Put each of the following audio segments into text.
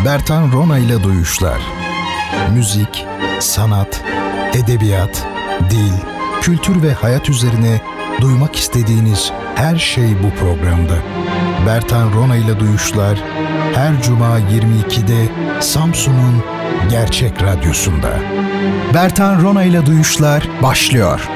Bertan Rona ile Duyuşlar. Müzik, sanat, edebiyat, dil, kültür ve hayat üzerine duymak istediğiniz her şey bu programda. Bertan Rona ile Duyuşlar her cuma 22'de Samsun'un Gerçek Radyosu'nda. Bertan Rona ile Duyuşlar başlıyor.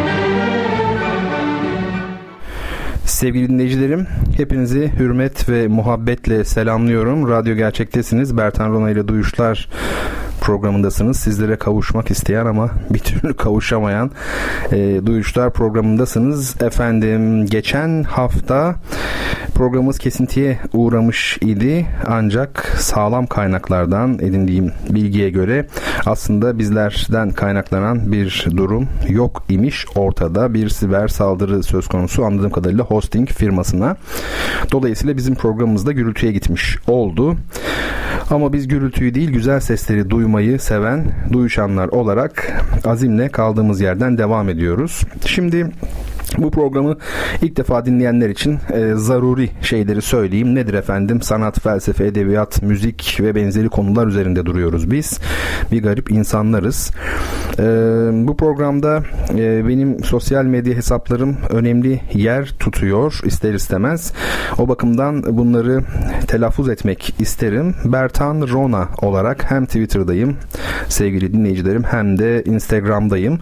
Sevgili dinleyicilerim, hepinizi hürmet ve muhabbetle selamlıyorum. Radyo Gerçek'tesiniz. Bertan Rona ile Duyuşlar programındasınız. Sizlere kavuşmak isteyen ama bir türlü kavuşamayan Duyuşlar programındasınız. Efendim, geçen hafta programımız kesintiye uğramış idi. Ancak sağlam kaynaklardan edindiğim bilgiye göre aslında bizlerden kaynaklanan bir durum yok imiş. Ortada bir siber saldırı söz konusu, anladığım kadarıyla hosting firmasına. Dolayısıyla bizim programımızda gürültüye gitmiş oldu. Ama biz gürültüyü değil, güzel sesleri duymayı seven duyuşanlar olarak azimle kaldığımız yerden devam ediyoruz. Şimdi bu programı ilk defa dinleyenler için zaruri şeyleri söyleyeyim. Nedir efendim? Sanat, felsefe, edebiyat, müzik ve benzeri konular üzerinde duruyoruz biz. Bir garip insanlarız. Bu programda benim sosyal medya hesaplarım önemli yer tutuyor ister istemez. O bakımdan bunları telaffuz etmek isterim. Bertan Rona olarak hem Twitter'dayım sevgili dinleyicilerim, hem de Instagram'dayım.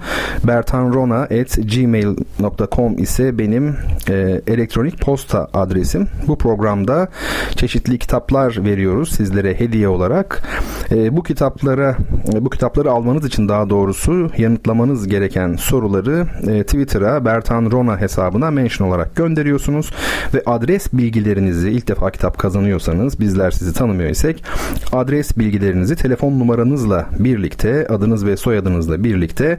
bertanrona@gmail.com ise benim elektronik posta adresim. Bu programda çeşitli kitaplar veriyoruz sizlere hediye olarak. Bu kitapları almanız için, daha doğrusu yanıtlamanız gereken soruları Twitter'a Bertan Rona hesabına mention olarak gönderiyorsunuz ve adres bilgilerinizi, ilk defa kitap kazanıyorsanız, bizler sizi tanımıyor isek, adres bilgilerinizi telefon numaranızla birlikte, adınız ve soyadınızla birlikte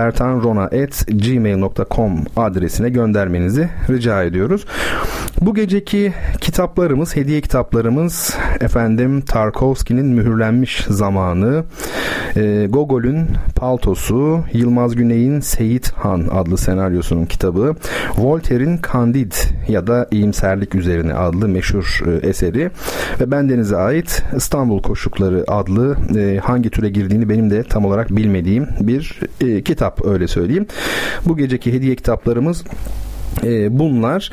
bertanrona@gmail.com adresine göndermenizi rica ediyoruz. Bu geceki kitaplarımız, hediye kitaplarımız efendim Tarkovski'nin Mühürlenmiş Zamanı, Gogol'ün Paltosu, Yılmaz Güney'in Seyit Han adlı senaryosunun kitabı, Voltaire'in Candide ya da İyimserlik Üzerine adlı meşhur eseri ve bendenize ait İstanbul Koşukları adlı hangi türe girdiğini benim de tam olarak bilmediğim bir kitap, öyle söyleyeyim. Bu geceki hediye kitaplarımız bunlar.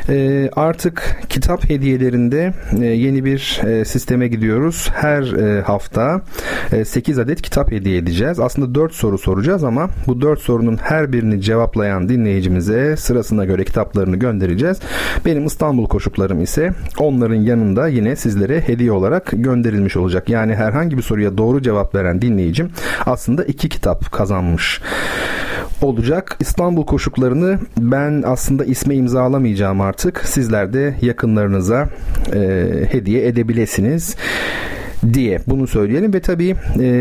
Artık kitap hediyelerinde yeni bir sisteme gidiyoruz. Her hafta 8 adet kitap hediye edeceğiz. Aslında 4 soru soracağız ama bu 4 sorunun her birini cevaplayan dinleyicimize sırasına göre kitaplarını göndereceğiz. Benim İstanbul Koşuklarım ise onların yanında yine sizlere hediye olarak gönderilmiş olacak. Yani herhangi bir soruya doğru cevap veren dinleyicim aslında 2 kitap kazanmış olacak. İstanbul Koşuklarını ben aslında isme imzalamayacağım artık. Sizler de yakınlarınıza hediye edebilirsiniz diye bunu söyleyelim ve tabii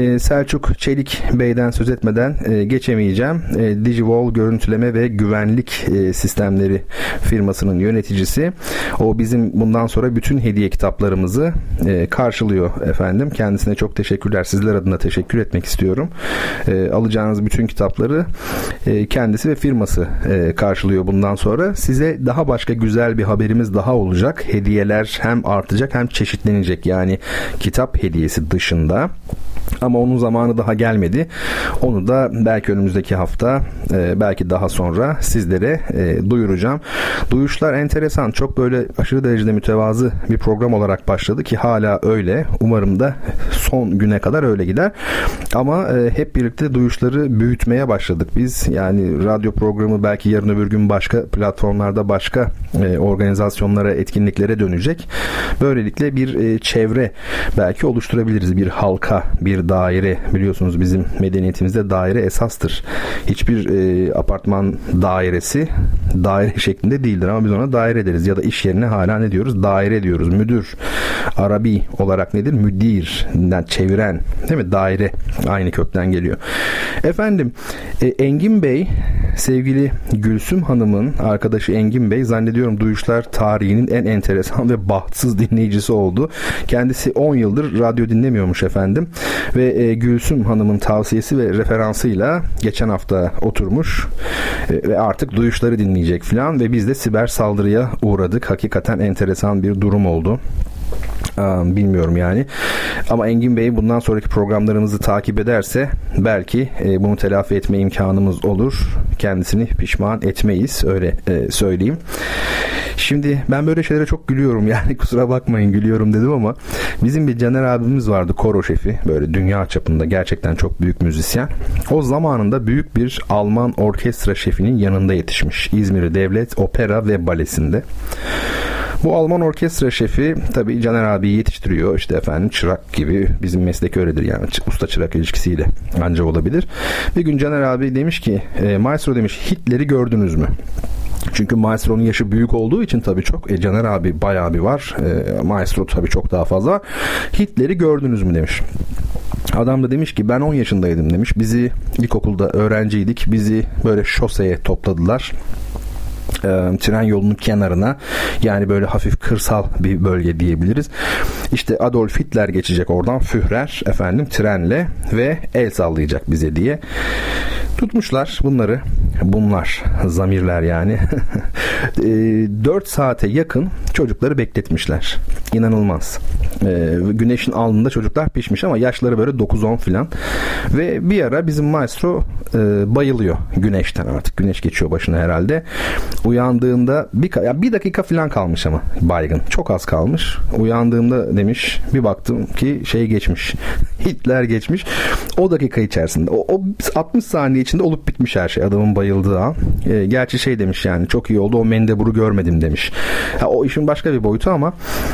Selçuk Çelik Bey'den söz etmeden geçemeyeceğim. Digivol Görüntüleme ve Güvenlik Sistemleri firmasının yöneticisi. O bizim bundan sonra bütün hediye kitaplarımızı karşılıyor efendim. Kendisine çok teşekkürler. Sizler adına teşekkür etmek istiyorum. Alacağınız bütün kitapları kendisi ve firması karşılıyor bundan sonra. Size daha başka güzel bir haberimiz daha olacak. Hediyeler hem artacak hem çeşitlenecek. Yani kitap hediyesi dışında. Ama onun zamanı daha gelmedi. Onu da belki önümüzdeki hafta, belki daha sonra sizlere duyuracağım. Duyuşlar enteresan. Çok böyle aşırı derecede mütevazı bir program olarak başladı ki hala öyle. Umarım da son güne kadar öyle gider. Ama hep birlikte duyuşları büyütmeye başladık biz. Yani radyo programı belki yarın öbür gün başka platformlarda, başka organizasyonlara, etkinliklere dönecek. Böylelikle bir çevre belki oluşturabiliriz. Bir halka, bir daire. Biliyorsunuz bizim medeniyetimizde daire esastır. Hiçbir apartman dairesi daire şeklinde değildir ama biz ona daire deriz. Ya da iş yerine hala ne diyoruz? Daire diyoruz. Müdür. Arabi olarak nedir? Müdir'den çeviren. Değil mi? Daire. Aynı kökten geliyor. Efendim, Engin Bey, sevgili Gülsüm Hanım'ın arkadaşı Engin Bey, zannediyorum Duyuşlar tarihinin en enteresan ve bahtsız dinleyicisi oldu. Kendisi 10 yıldır radyo dinlemiyormuş efendim. Ve Gülsüm Hanım'ın tavsiyesi ve referansıyla geçen hafta oturmuş ve artık duyuşları dinleyecek filan ve biz de siber saldırıya uğradık. Hakikaten enteresan bir durum oldu. Bilmiyorum yani. Ama Engin Bey bundan sonraki programlarımızı takip ederse belki bunu telafi etme imkanımız olur. Kendisini pişman etmeyiz. Öyle söyleyeyim. Şimdi ben böyle şeylere çok gülüyorum. Yani kusura bakmayın gülüyorum dedim ama bizim bir Caner abimiz vardı, koro şefi. Böyle dünya çapında gerçekten çok büyük müzisyen. O zamanında büyük bir Alman orkestra şefinin yanında yetişmiş. İzmir Devlet Opera ve Balesi'nde. Bu Alman orkestra şefi tabii Caner abiyi yetiştiriyor. İşte efendim çırak gibi, bizim meslek öyledir yani, usta çırak ilişkisiyle anca olabilir. Bir gün Caner abi demiş ki maestro demiş, Hitler'i gördünüz mü? Çünkü maestro'nun yaşı büyük olduğu için tabii çok. Caner abi bayağı bir var. Maestro tabii çok daha fazla. Hitler'i gördünüz mü demiş. Adam da demiş ki ben 10 yaşındaydım demiş. Bizi ilkokulda öğrenciydik. Bizi böyle şoseye topladılar. Tren yolunun kenarına, yani böyle hafif kırsal bir bölge diyebiliriz. İşte Adolf Hitler geçecek oradan, Führer efendim trenle ve el sallayacak bize diye tutmuşlar bunları. Bunlar zamirler yani. 4 saate yakın çocukları bekletmişler. İnanılmaz. Güneşin alnında çocuklar pişmiş ama yaşları böyle 9-10 filan. Ve bir ara bizim maestro bayılıyor güneşten artık. Güneş geçiyor başına herhalde. Uyandığında bir dakika falan kalmış ama baygın. Çok az kalmış. Uyandığımda demiş bir baktım ki şey geçmiş. Hitler geçmiş. O dakika içerisinde. O 60 saniye içinde olup bitmiş her şey. Adamın bayıldığı an. Gerçi şey demiş yani, çok iyi oldu o mendeburu görmedim demiş. O işin başka bir boyutu ama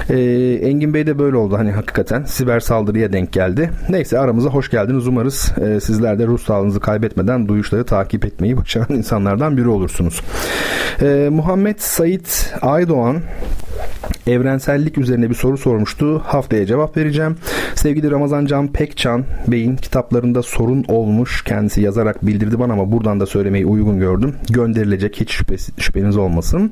Engin Bey de böyle oldu. Hani hakikaten siber saldırıya denk geldi. Neyse, aramıza hoş geldiniz. Umarız sizler de ruh sağlığınızı kaybetmeden duyuşları takip etmeyi başaran insanlardan biri olursunuz. Muhammed Sait Aydoğan evrensellik üzerine bir soru sormuştu. Haftaya cevap vereceğim. Sevgili Ramazan Can Pekcan Bey'in kitaplarında sorun olmuş. Kendisi yazarak bildirdi bana ama buradan da söylemeyi uygun gördüm. Gönderilecek, hiç şüpheniz olmasın.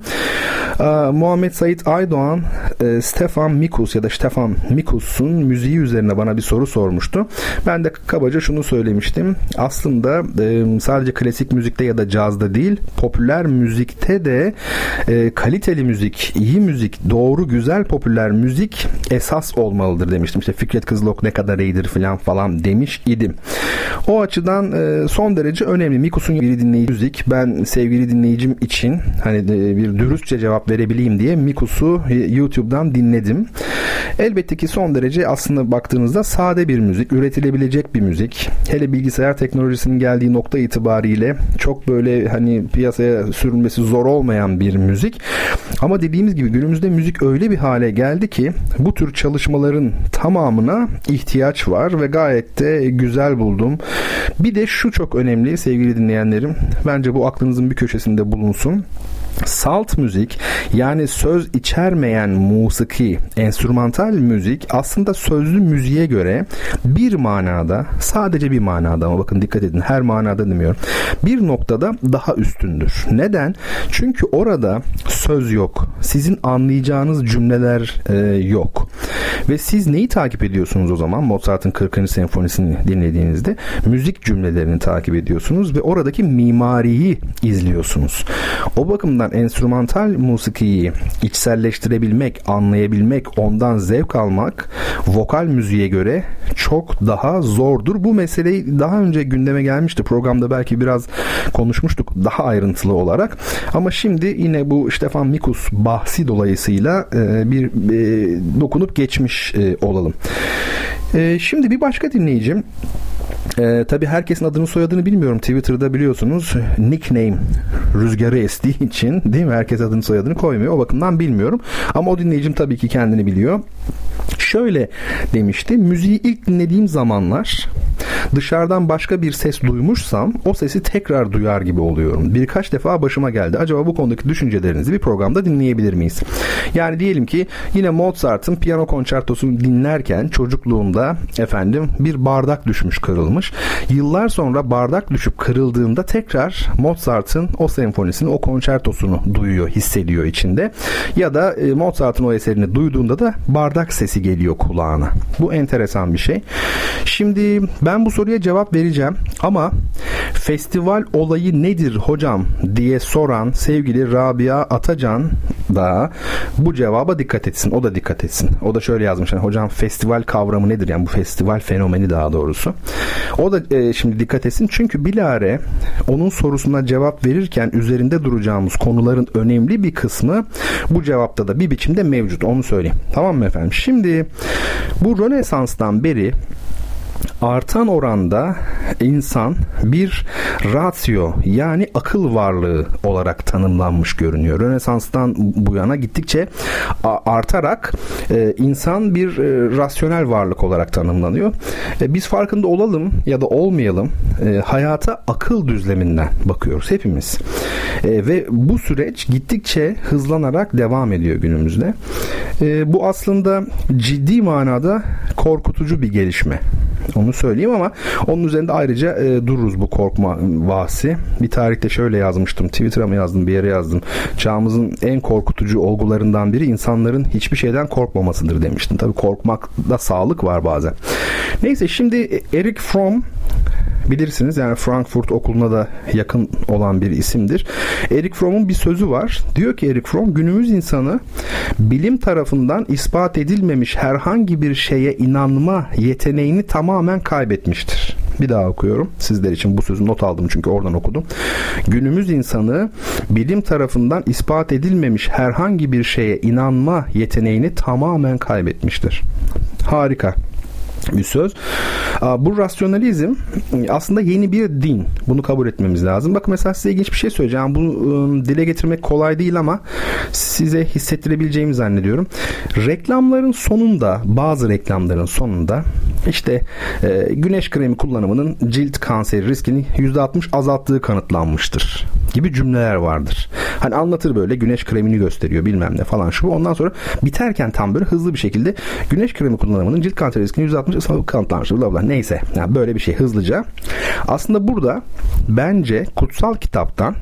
Muhammed Sait Aydoğan Stefan Mikus ya da Stefan Mikus'un müziği üzerine bana bir soru sormuştu. Ben de kabaca şunu söylemiştim. Aslında sadece klasik müzikte ya da cazda değil, popüler müzikte de kaliteli müzik, iyi müzik, doğru güzel popüler müzik esas olmalıdır demiştim. İşte Fikret Kızılok ne kadar iyidir falan demiş idim. O açıdan son derece önemli. Mikus'un bir dinleyici müzik. Ben sevgili dinleyicim için hani bir dürüstçe cevap verebileyim diye Mikus'u YouTube'dan dinledim. Elbette ki son derece aslında baktığınızda sade bir müzik, üretilebilecek bir müzik. Hele bilgisayar teknolojisinin geldiği nokta itibariyle çok böyle hani piyasaya sürülmesi zor olmayan bir müzik. Ama dediğimiz gibi günümüzde müzik öyle bir hale geldi ki bu tür çalışmaların tamamına ihtiyaç var ve gayet de güzel buldum. Bir de şu çok önemli sevgili dinleyenlerim. Bence bu aklınızın bir köşesinde bulunsun. Salt müzik, yani söz içermeyen musiki, enstrümantal müzik aslında sözlü müziğe göre bir manada, sadece bir manada, ama bakın dikkat edin, her manada demiyorum, bir noktada daha üstündür. Neden? Çünkü orada söz yok. Sizin anlayacağınız cümleler yok. Ve siz neyi takip ediyorsunuz o zaman? Mozart'ın 40. senfonisini dinlediğinizde müzik cümlelerini takip ediyorsunuz ve oradaki mimariyi izliyorsunuz. O bakımdan enstrümantal musikiyi içselleştirebilmek, anlayabilmek, ondan zevk almak vokal müziğe göre çok daha zordur. Bu meseleyi daha önce gündeme gelmişti. Programda belki biraz konuşmuştuk daha ayrıntılı olarak. Ama şimdi yine bu Stefan Mikus bahsi dolayısıyla bir dokunup geçmiş olalım. Şimdi bir başka dinleyicim. Tabii herkesin adını soyadını bilmiyorum. Twitter'da biliyorsunuz nickname rüzgarı estiği için, değil mi? Herkes adını soyadını koymuyor. O bakımdan bilmiyorum. Ama o dinleyicim tabii ki kendini biliyor. Şöyle demişti. Müziği ilk dinlediğim zamanlar dışarıdan başka bir ses duymuşsam o sesi tekrar duyar gibi oluyorum. Birkaç defa başıma geldi. Acaba bu konudaki düşüncelerinizi bir programda dinleyebilir miyiz? Yani diyelim ki yine Mozart'ın piyano konçertosunu dinlerken çocukluğumda bir bardak düşmüş, kırılmış. Yıllar sonra bardak düşüp kırıldığında tekrar Mozart'ın o senfonisini, o konçertosunu duyuyor, hissediyor içinde. Ya da Mozart'ın o eserini duyduğunda da bardak sesi geliyor kulağına. Bu enteresan bir şey. Şimdi ben bu soruya cevap vereceğim ama festival olayı nedir hocam diye soran sevgili Rabia Atacan da bu cevaba dikkat etsin. O da dikkat etsin. O da şöyle yazmış. Yani, hocam festival kavramı nedir? Yani bu festival fenomeni daha doğrusu. O da şimdi dikkat etsin. Çünkü bilare onun sorusuna cevap verirken üzerinde duracağımız konuların önemli bir kısmı bu cevapta da bir biçimde mevcut. Onu söyleyeyim. Tamam mı efendim? Şimdi bu Rönesans'tan beri artan oranda insan bir ratio yani akıl varlığı olarak tanımlanmış görünüyor. Rönesans'tan bu yana gittikçe artarak insan bir rasyonel varlık olarak tanımlanıyor. Biz farkında olalım ya da olmayalım hayata akıl düzleminden bakıyoruz hepimiz. Ve bu süreç gittikçe hızlanarak devam ediyor günümüzde. Bu aslında ciddi manada korkutucu bir gelişme. Onu söyleyeyim ama onun üzerinde ayrıca dururuz bu korkma bahsi. Bir tarihte şöyle yazmıştım. Twitter'a mı yazdım, bir yere yazdım. Çağımızın en korkutucu olgularından biri insanların hiçbir şeyden korkmamasıdır demiştim. Tabii korkmakta sağlık var bazen. Neyse şimdi Erich Fromm bilirsiniz yani Frankfurt Okulu'na da yakın olan bir isimdir. Erich Fromm'un bir sözü var. Diyor ki Erich Fromm günümüz insanı bilim tarafından ispat edilmemiş herhangi bir şeye inanma yeteneğini tamamen kaybetmiştir. Bir daha okuyorum. Sizler için bu sözü not aldım çünkü oradan okudum. Günümüz insanı bilim tarafından ispat edilmemiş herhangi bir şeye inanma yeteneğini tamamen kaybetmiştir. Harika bir söz. Bu rasyonalizm aslında yeni bir din. Bunu kabul etmemiz lazım. Bakın mesela size ilginç bir şey söyleyeceğim. Bunu dile getirmek kolay değil ama size hissettirebileceğimi zannediyorum. Reklamların sonunda, bazı reklamların sonunda işte güneş kremi kullanımının cilt kanseri riskini %60 azalttığı kanıtlanmıştır gibi cümleler vardır. Hani anlatır böyle güneş kremini gösteriyor bilmem ne falan şu. Ondan sonra biterken tam böyle hızlı bir şekilde güneş kremi kullanımının cilt kanseri riskini %60 kanıtlanmıştır. Bla bla. Neyse. Yani böyle bir şey hızlıca. Aslında burada bence kutsal kitaptan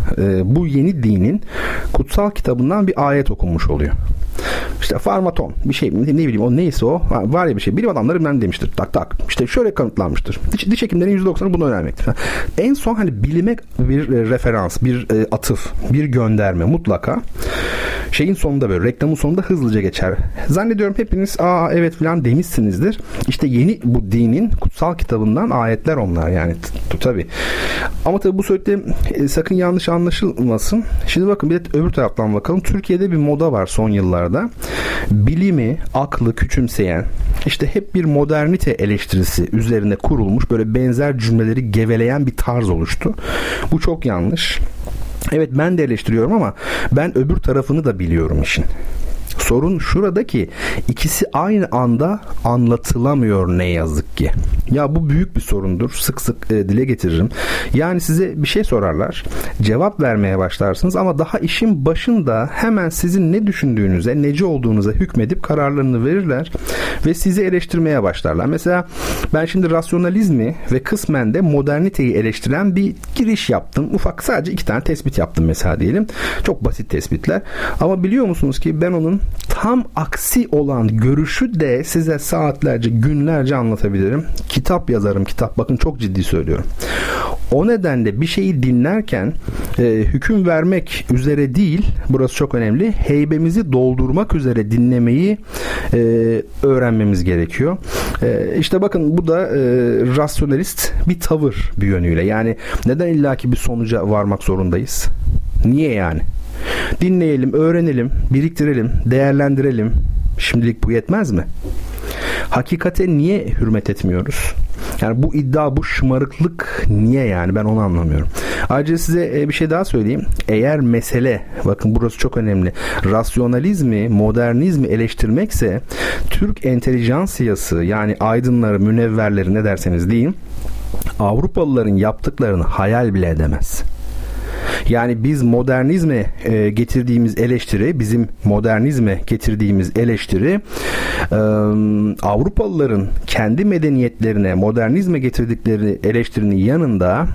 bu yeni dinin kutsal kitabından bir ayet okunmuş oluyor. İşte farmaton bir şey ne bileyim o neyse o var ya bir şey bilim adamları bilmem demiştir tak tak işte şöyle kanıtlanmıştır diş hekimlerin %90'ı bunu önermektir. En son hani bilime bir referans bir atıf bir gönderme mutlaka şeyin sonunda böyle reklamın sonunda hızlıca geçer. Zannediyorum hepiniz evet falan demişsinizdir. İşte yeni bu dinin kutsal kitabından ayetler onlar yani tabii. Ama tabii bu söylediklerim sakın yanlış anlaşılmasın. Şimdi bakın bir de öbür taraftan bakalım. Türkiye'de bir moda var son yıllarda. Bilimi, aklı küçümseyen, işte hep bir modernite eleştirisi üzerine kurulmuş böyle benzer cümleleri geveleyen bir tarz oluştu. Bu çok yanlış. Evet ben de eleştiriyorum ama ben öbür tarafını da biliyorum işin. Sorun şurada ki ikisi aynı anda anlatılamıyor ne yazık ki. Ya bu büyük bir sorundur. Sık sık dile getiririm. Yani size bir şey sorarlar. Cevap vermeye başlarsınız ama daha işin başında hemen sizin ne düşündüğünüze, neci olduğunuza hükmedip kararlarını verirler ve sizi eleştirmeye başlarlar. Mesela ben şimdi rasyonalizmi ve kısmen de moderniteyi eleştiren bir giriş yaptım. Ufak sadece 2 tane tespit yaptım mesela diyelim. Çok basit tespitler. Ama biliyor musunuz ki ben onun tam aksi olan görüşü de size saatlerce, günlerce anlatabilirim. Kitap yazarım, kitap. Bakın çok ciddi söylüyorum. O nedenle bir şeyi dinlerken hüküm vermek üzere değil, burası çok önemli, heybemizi doldurmak üzere dinlemeyi öğrenmemiz gerekiyor. İşte bakın bu da rasyonalist bir tavır bir yönüyle. Yani neden illaki bir sonuca varmak zorundayız? Niye yani? Dinleyelim, öğrenelim, biriktirelim, değerlendirelim. Şimdilik bu yetmez mi? Hakikate niye hürmet etmiyoruz? Yani bu iddia, bu şımarıklık niye yani? Ben onu anlamıyorum. Ayrıca size bir şey daha söyleyeyim. Eğer mesele, bakın burası çok önemli, rasyonalizmi, modernizmi eleştirmekse Türk entelijansiyası yani aydınları, münevverleri ne derseniz deyin, Avrupalıların yaptıklarını hayal bile edemez. Yani biz modernizme getirdiğimiz eleştiri, bizim modernizme getirdiğimiz eleştiri Avrupalıların kendi medeniyetlerine, modernizme getirdikleri eleştirinin yanında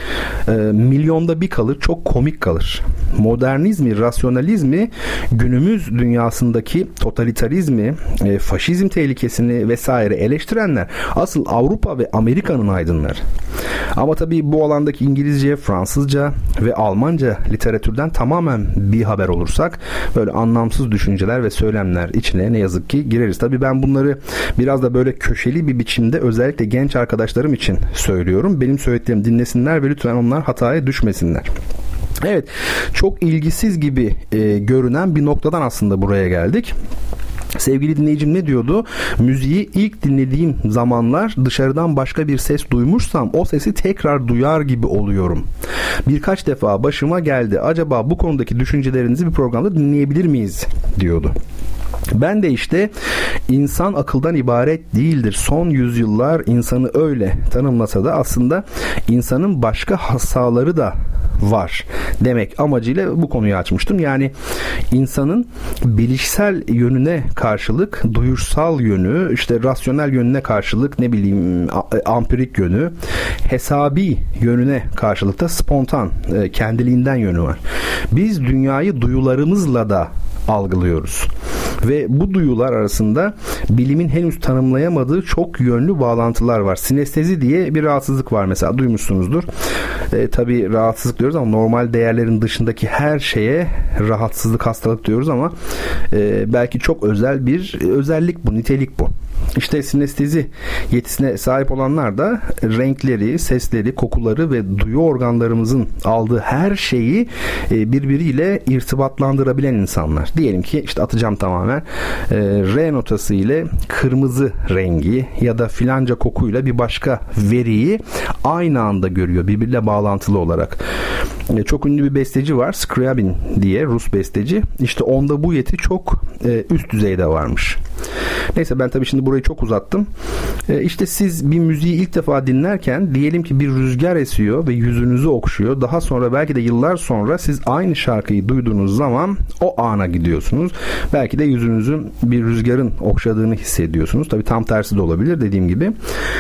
milyonda bir kalır, çok komik kalır. Modernizmi, rasyonalizmi, günümüz dünyasındaki totalitarizmi, faşizm tehlikesini vesaire eleştirenler asıl Avrupa ve Amerika'nın aydınları. Ama tabii bu alandaki İngilizce, Fransızca ve Almanca literatürden tamamen bir haber olursak böyle anlamsız düşünceler ve söylemler içine ne yazık ki gireriz. Tabii ben bunları biraz da böyle köşeli bir biçimde özellikle genç arkadaşlarım için söylüyorum. Benim söylediklerimi dinlesinler ve lütfen onlar hataya düşmesinler. Evet, çok ilgisiz gibi görünen bir noktadan aslında buraya geldik. Sevgili dinleyicim ne diyordu? Müziği ilk dinlediğim zamanlar dışarıdan başka bir ses duymuşsam o sesi tekrar duyar gibi oluyorum. Birkaç defa başıma geldi. Acaba bu konudaki düşüncelerinizi bir programda dinleyebilir miyiz? Diyordu. Ben de işte insan akıldan ibaret değildir. Son yüzyıllar insanı öyle tanımlasa da aslında insanın başka hasaları da var demek amacıyla bu konuyu açmıştım. Yani insanın bilişsel yönüne karşılık duyuşsal yönü, işte rasyonel yönüne karşılık ne bileyim ampirik yönü, hesabi yönüne karşılık da spontan, kendiliğinden yönü var. Biz dünyayı duyularımızla da algılıyoruz. Ve bu duyular arasında bilimin henüz tanımlayamadığı çok yönlü bağlantılar var. Sinestezi diye bir rahatsızlık var mesela, duymuşsunuzdur. Tabii rahatsızlık diyoruz ama normal değerlerin dışındaki her şeye rahatsızlık, hastalık diyoruz ama belki çok özel bir özellik bu, nitelik bu. İşte sinestezi yetisine sahip olanlar da renkleri, sesleri, kokuları ve duyu organlarımızın aldığı her şeyi birbiriyle irtibatlandırabilen insanlar. Diyelim ki işte atacağım tamamen R notası ile kırmızı rengi ya da filanca kokuyla bir başka veriyi aynı anda görüyor, birbiriyle bağlantılı olarak. Çok ünlü bir besteci var, Scriabin diye, Rus besteci. İşte onda bu yeti çok üst düzeyde varmış. Neyse, ben tabii şimdi burayı çok uzattım. İşte siz bir müziği ilk defa dinlerken diyelim ki bir rüzgar esiyor ve yüzünüzü okşuyor. Daha sonra belki de yıllar sonra siz aynı şarkıyı duyduğunuz zaman o ana gidiyorsunuz. Belki de yüzünüzün bir rüzgarın okşadığını hissediyorsunuz. Tabii tam tersi de olabilir dediğim gibi.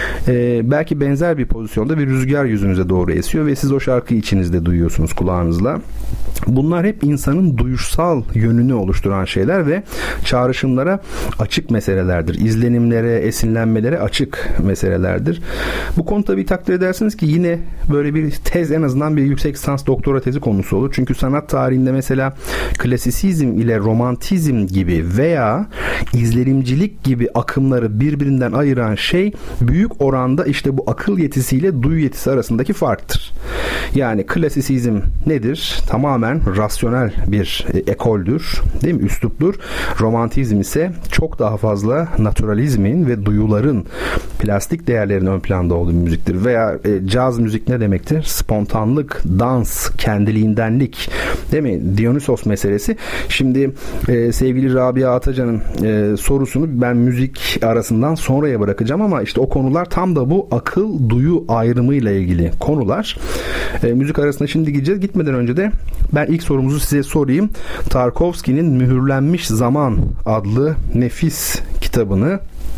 Belki benzer bir pozisyonda bir rüzgar yüzünüze doğru esiyor ve siz o şarkıyı içinizde duyuyorsunuz kulağınızla. Bunlar hep insanın duyuşsal yönünü oluşturan şeyler ve çağrışımlara açık meselelerdir. İzlenimlere, esinlenmelere açık meselelerdir. Bu konu tabii takdir edersiniz ki yine böyle bir tez, en azından bir yüksek lisans doktora tezi konusu olur. Çünkü sanat tarihinde mesela klasisizm ile romantizm gibi veya izlenimcilik gibi akımları birbirinden ayıran şey büyük oranda işte bu akıl yetisiyle duyu yetisi arasındaki farktır. Yani klasisizm nedir? Tamamen rasyonel bir ekoldür, değil mi? Üsluptur. Romantizm ise çok daha fazla naturalizmin ve duyuların, plastik değerlerin ön planda olduğu müziktir. Veya caz müzik ne demektir? Spontanlık, dans, kendiliğindenlik, değil mi? Dionysos meselesi. Şimdi sevgili Rabia Atacan'ın sorusunu ben müzik arasından sonraya bırakacağım ama işte o konular tam da bu akıl duyu ayrımıyla ilgili konular. Müzik arasına şimdi gideceğiz. Gitmeden önce de ben ilk sorumuzu size sorayım. Tarkovski'nin Mühürlenmiş Zaman adlı nefis kitabını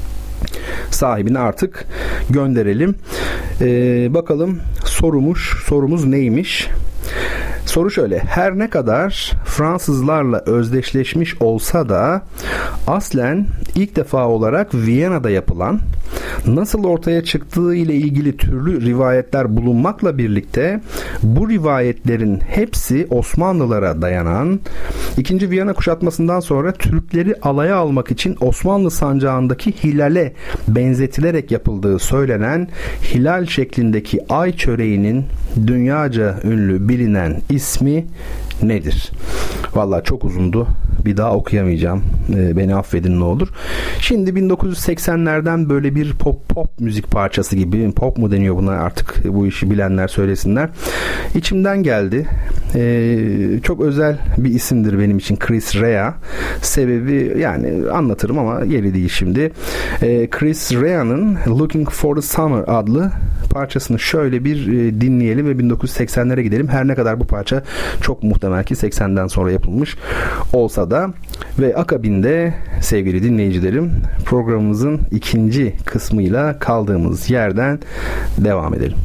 sahibine artık gönderelim. Bakalım sorumuz neymiş? Soru şöyle: her ne kadar Fransızlarla özdeşleşmiş olsa da aslen ilk defa olarak Viyana'da yapılan, nasıl ortaya çıktığı ile ilgili türlü rivayetler bulunmakla birlikte bu rivayetlerin hepsi Osmanlılara dayanan, 2. Viyana kuşatmasından sonra Türkleri alaya almak için Osmanlı sancağındaki hilale benzetilerek yapıldığı söylenen hilal şeklindeki ay çöreğinin dünyaca ünlü bilinen ismi nedir? Vallahi çok uzundu. Bir daha okuyamayacağım. Beni affedin ne olur. Şimdi 1980'lerden böyle bir pop müzik parçası gibi, pop mu deniyor buna artık, bu işi bilenler söylesinler. İçimden geldi. Çok özel bir isimdir benim için Chris Rea. Sebebi yani anlatırım ama yeri değil şimdi. Chris Rea'nın Looking for the Summer adlı parçasını şöyle bir dinleyelim ve 1980'lere gidelim. Her ne kadar bu parça çok muhtemelen muhtemel ki 80'den sonra yapılmış olsa da. Ve akabinde sevgili dinleyicilerim, programımızın ikinci kısmıyla kaldığımız yerden devam edelim.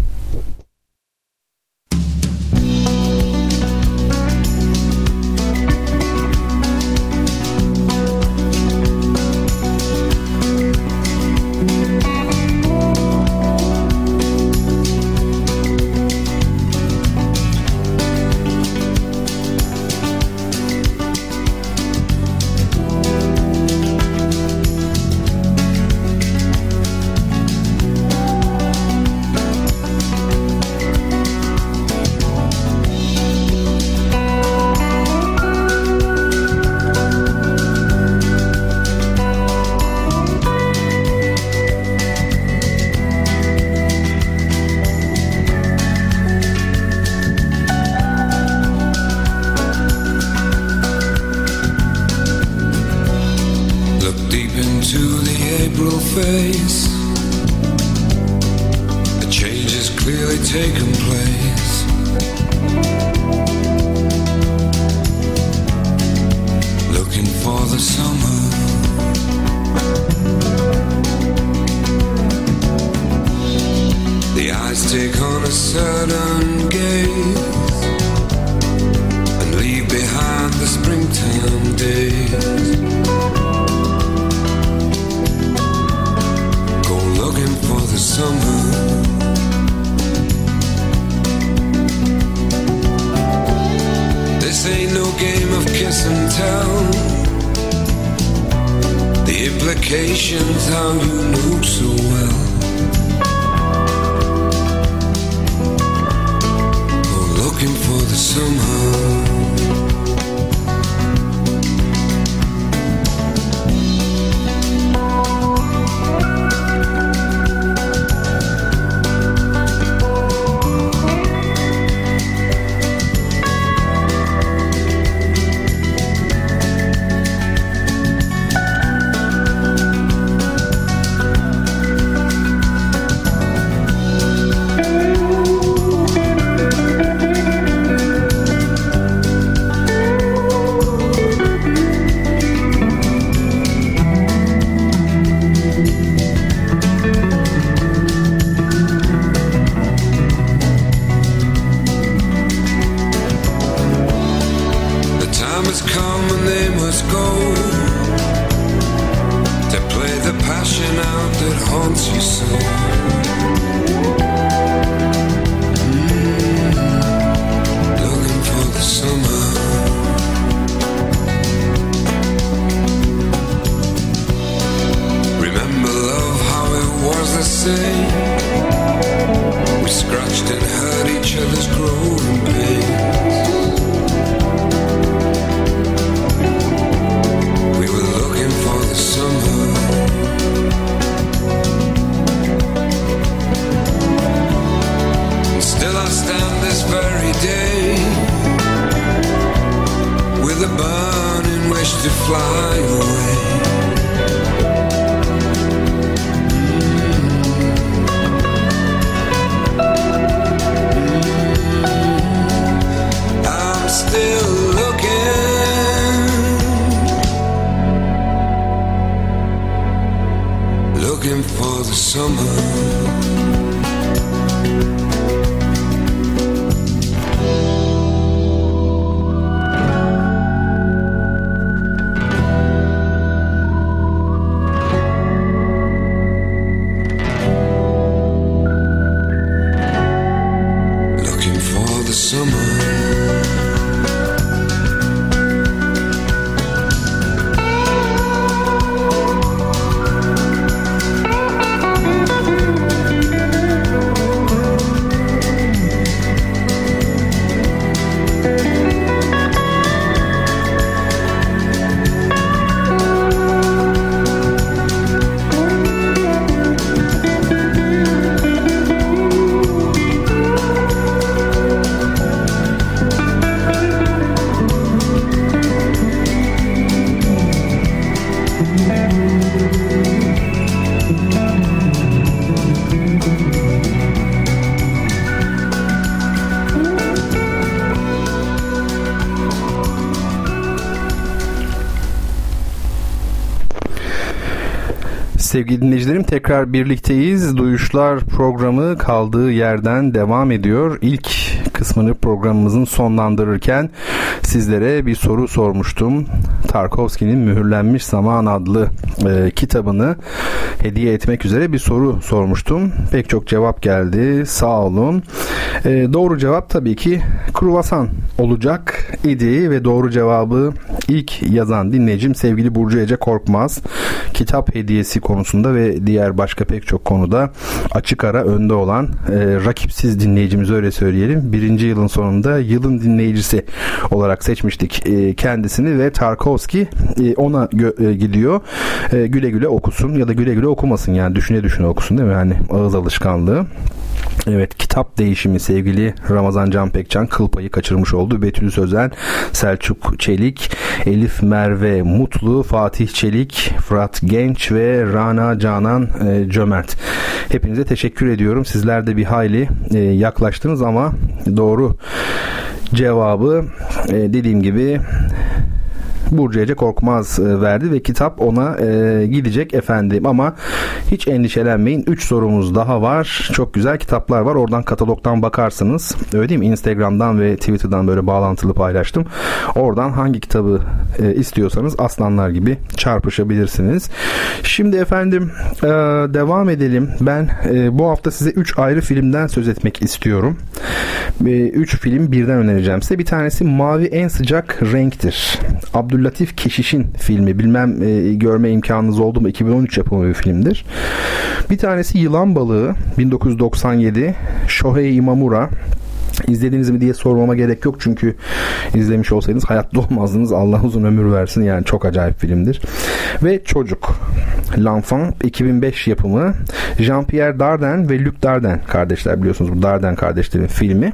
Sevgili dinleyicilerim, tekrar birlikteyiz. Duyuşlar programı kaldığı yerden devam ediyor. İlk kısmını programımızın sonlandırırken sizlere bir soru sormuştum. Tarkovski'nin Mühürlenmiş Zaman adlı kitabını hediye etmek üzere bir soru sormuştum. Pek çok cevap geldi. Sağ olun. Doğru cevap tabii ki kruvasan olacak idi ve doğru cevabı ilk yazan dinleyicim sevgili Burcu Ece Korkmaz. Kitap hediyesi konusunda ve diğer başka pek çok konuda açık ara önde olan rakipsiz dinleyicimiz, öyle söyleyelim. Birinci yılın sonunda yılın dinleyicisi olarak seçmiştik kendisini ve Tarkovski ona gidiyor. Güle güle okusun ya da güle güle okumasın, yani düşüne düşüne okusun, değil mi? Yani ağız alışkanlığı. Evet, kitap değişimi sevgili Ramazan Can Pekcan kıl payı kaçırmış oldu. Betül Sözen, Selçuk Çelik, Elif Merve Mutlu, Fatih Çelik, Fırat Genç ve Rana Canan Cömert. Hepinize teşekkür ediyorum. Sizler de bir hayli yaklaştınız ama doğru cevabı dediğim gibi Burcu Ece Korkmaz verdi ve kitap ona gidecek efendim. Ama hiç endişelenmeyin. 3 sorumuz daha var. Çok güzel kitaplar var. Oradan katalogdan bakarsınız. Öyle değil mi? Instagram'dan ve Twitter'dan böyle bağlantılı paylaştım. Oradan hangi kitabı istiyorsanız aslanlar gibi çarpışabilirsiniz. Şimdi efendim devam edelim. Ben bu hafta size 3 ayrı filmden söz etmek istiyorum. 3 film birden önereceğim size. Bir tanesi Mavi En Sıcak Renktir. Abdüllatif Keşiş'in filmi. Bilmem görme imkanınız oldu mu? 2013 yapımı bir filmdir. Bir tanesi Yılan Balığı 1997. Shohei Imamura. İzlediniz mi diye sormama gerek yok çünkü izlemiş olsaydınız hayatta olmazdınız. Allah uzun ömür versin, yani çok acayip filmdir. Ve Çocuk, L'Enfant 2005 yapımı. Jean-Pierre Dardenne ve Luc Dardenne kardeşler, biliyorsunuz bu Dardenne kardeşlerin filmi.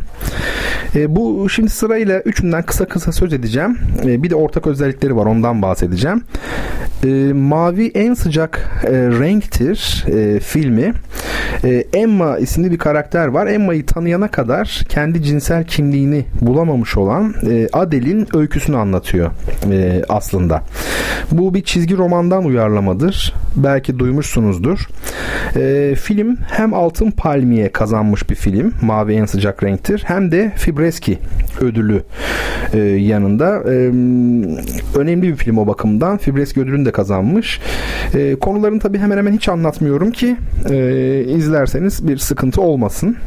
Bu şimdi sırayla üçünden kısa kısa söz edeceğim. Bir de ortak özellikleri var, ondan bahsedeceğim. Mavi En Sıcak Renktir filmi. Emma isimli bir karakter var. Emma'yı tanıyana kadar kendi cinsel kimliğini bulamamış olan Adele'in öyküsünü anlatıyor aslında. Bu bir çizgi romandan uyarlamadır. Belki duymuşsunuzdur. Film hem Altın Palmiye kazanmış bir film, Mavi En Sıcak Renktir, hem de Fibreski ödülü yanında. Önemli bir film o bakımdan. Fibreski ödülünü de kazanmış. Konularını tabii hemen hemen hiç anlatmıyorum ki izlerseniz bir sıkıntı olmasın.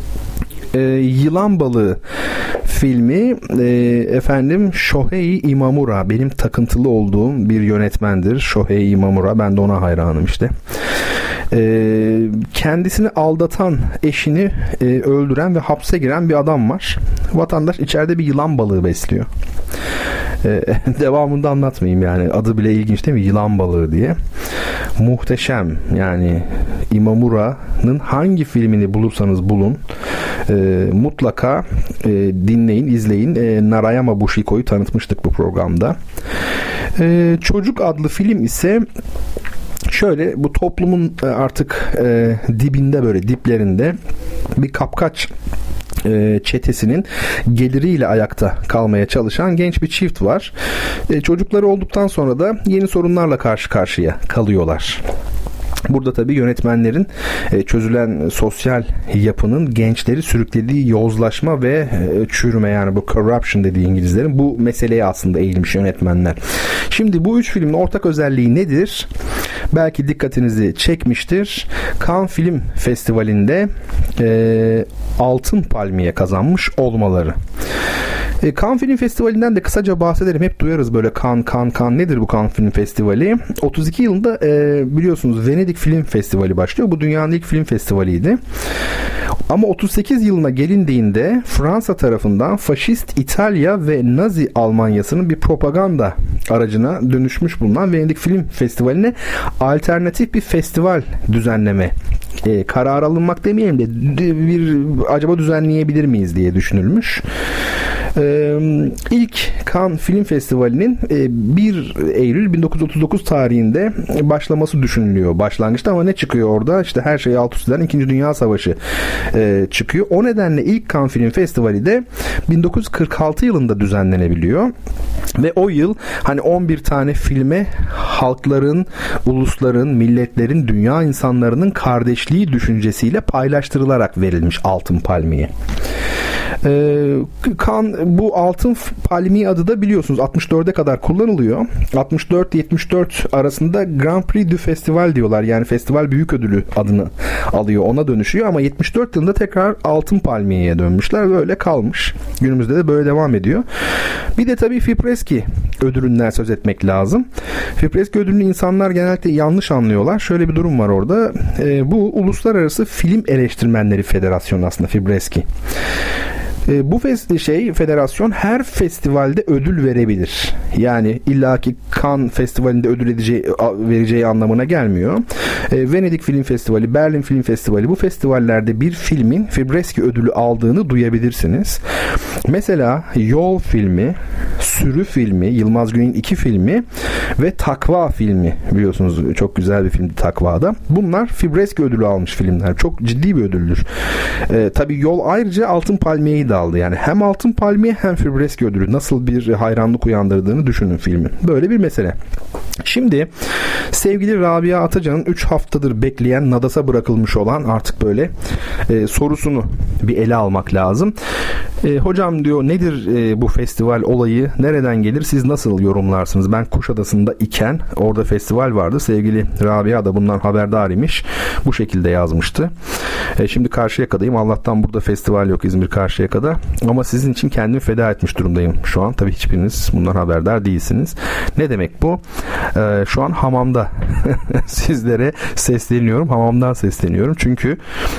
Yılan Balığı filmi efendim Shohei Imamura, benim takıntılı olduğum bir yönetmendir. Shohei Imamura, ben de ona hayranım işte. Kendisini aldatan eşini öldüren ve hapse giren bir adam var. Vatandaş içeride bir yılan balığı besliyor. Devamını da anlatmayayım, yani adı bile ilginç değil mi? Yılan Balığı diye. Muhteşem, yani Imamura'nın hangi filmini bulursanız bulun mutlaka dinleyin, izleyin. Narayama Bushiko'yu tanıtmıştık bu programda. Çocuk adlı film ise şöyle, bu toplumun artık dibinde, böyle diplerinde bir kapkaç çetesinin geliriyle ayakta kalmaya çalışan genç bir çift var. Çocukları olduktan sonra da yeni sorunlarla karşı karşıya kalıyorlar. Burada tabii yönetmenlerin çözülen sosyal yapının gençleri sürüklediği yozlaşma ve çürüme, yani bu corruption dediği İngilizlerin, bu meseleye aslında eğilmiş yönetmenler. Şimdi bu üç filmin ortak özelliği nedir? Belki dikkatinizi çekmiştir. Cannes Film Festivali'nde Altın Palmiye kazanmış olmaları. Cannes Film Festivali'nden de kısaca bahsedelim. Hep duyarız böyle Cannes. Nedir bu Cannes Film Festivali? 32 yılında biliyorsunuz Venedik Film Festivali başlıyor. Bu dünyanın ilk film festivaliydi. Ama 38 yılına gelindiğinde Fransa tarafından faşist İtalya ve Nazi Almanyası'nın bir propaganda aracına dönüşmüş bulunan Venedik Film Festivali'ne alternatif bir festival düzenleme karar alınmak demeyelim de acaba düzenleyebilir miyiz diye düşünülmüş. İlk Cannes Film Festivali'nin 1 Eylül 1939 tarihinde başlaması düşünülüyor başlangıçta, ama ne çıkıyor orada? İşte her şeyi alt üst eden 2. Dünya Savaşı çıkıyor. O nedenle ilk Cannes Film Festivali de 1946 yılında düzenlenebiliyor. Ve o yıl hani 11 tane filme halkların, ulusların, milletlerin, dünya insanlarının kardeşliği düşüncesiyle paylaştırılarak verilmiş Altın Palmiye. Bu Altın Palmiye adı da biliyorsunuz 64'e kadar kullanılıyor. 64-74 arasında Grand Prix du Festival diyorlar. Yani festival büyük ödülü adını alıyor. Ona dönüşüyor ama 74 yılında tekrar Altın Palmiye'ye dönmüşler. Böyle kalmış. Günümüzde de böyle devam ediyor. Bir de tabii Fipreski ödülünden söz etmek lazım. Fipreski ödülünü insanlar genellikle yanlış anlıyorlar. Şöyle bir durum var orada. Bu Uluslararası Film Eleştirmenleri Federasyonu aslında Fipreski. Bu federasyon her festivalde ödül verebilir. Yani illaki Cannes Festivali'nde ödül vereceği anlamına gelmiyor. Venedik Film Festivali, Berlin Film Festivali, bu festivallerde bir filmin Fipreski ödülü aldığını duyabilirsiniz. Mesela Yol filmi, Sürü filmi, Yılmaz Güney'in 2 filmi ve Takva filmi, biliyorsunuz çok güzel bir filmdi Takva'da. Bunlar Fipreski ödülü almış filmler. Çok ciddi bir ödüldür. Tabii Yol ayrıca Altın Palmiye'yi de aldı. Yani hem Altın Palmiye hem Fipreski ödülü. Nasıl bir hayranlık uyandırdığını düşünün filmin. Böyle bir mesele. Şimdi sevgili Rabia Atacan'ın 3 haftadır bekleyen, nadasa bırakılmış olan artık böyle sorusunu bir ele almak lazım. Hocam diyor, nedir bu festival olayı? Nereden gelir? Siz nasıl yorumlarsınız? Ben Kuşadası'nda iken orada festival vardı. Sevgili Rabia da bundan haberdar imiş. Bu şekilde yazmıştı. Şimdi Karşıyaka'dayım. Allah'tan burada festival yok, İzmir Karşıyaka'da. Ama sizin için kendimi feda etmiş durumdayım şu an. Tabii hiçbiriniz bundan haberdar değilsiniz. Ne demek bu? Şu an hamamda sizlere sesleniyorum. Hamamdan sesleniyorum. Çünkü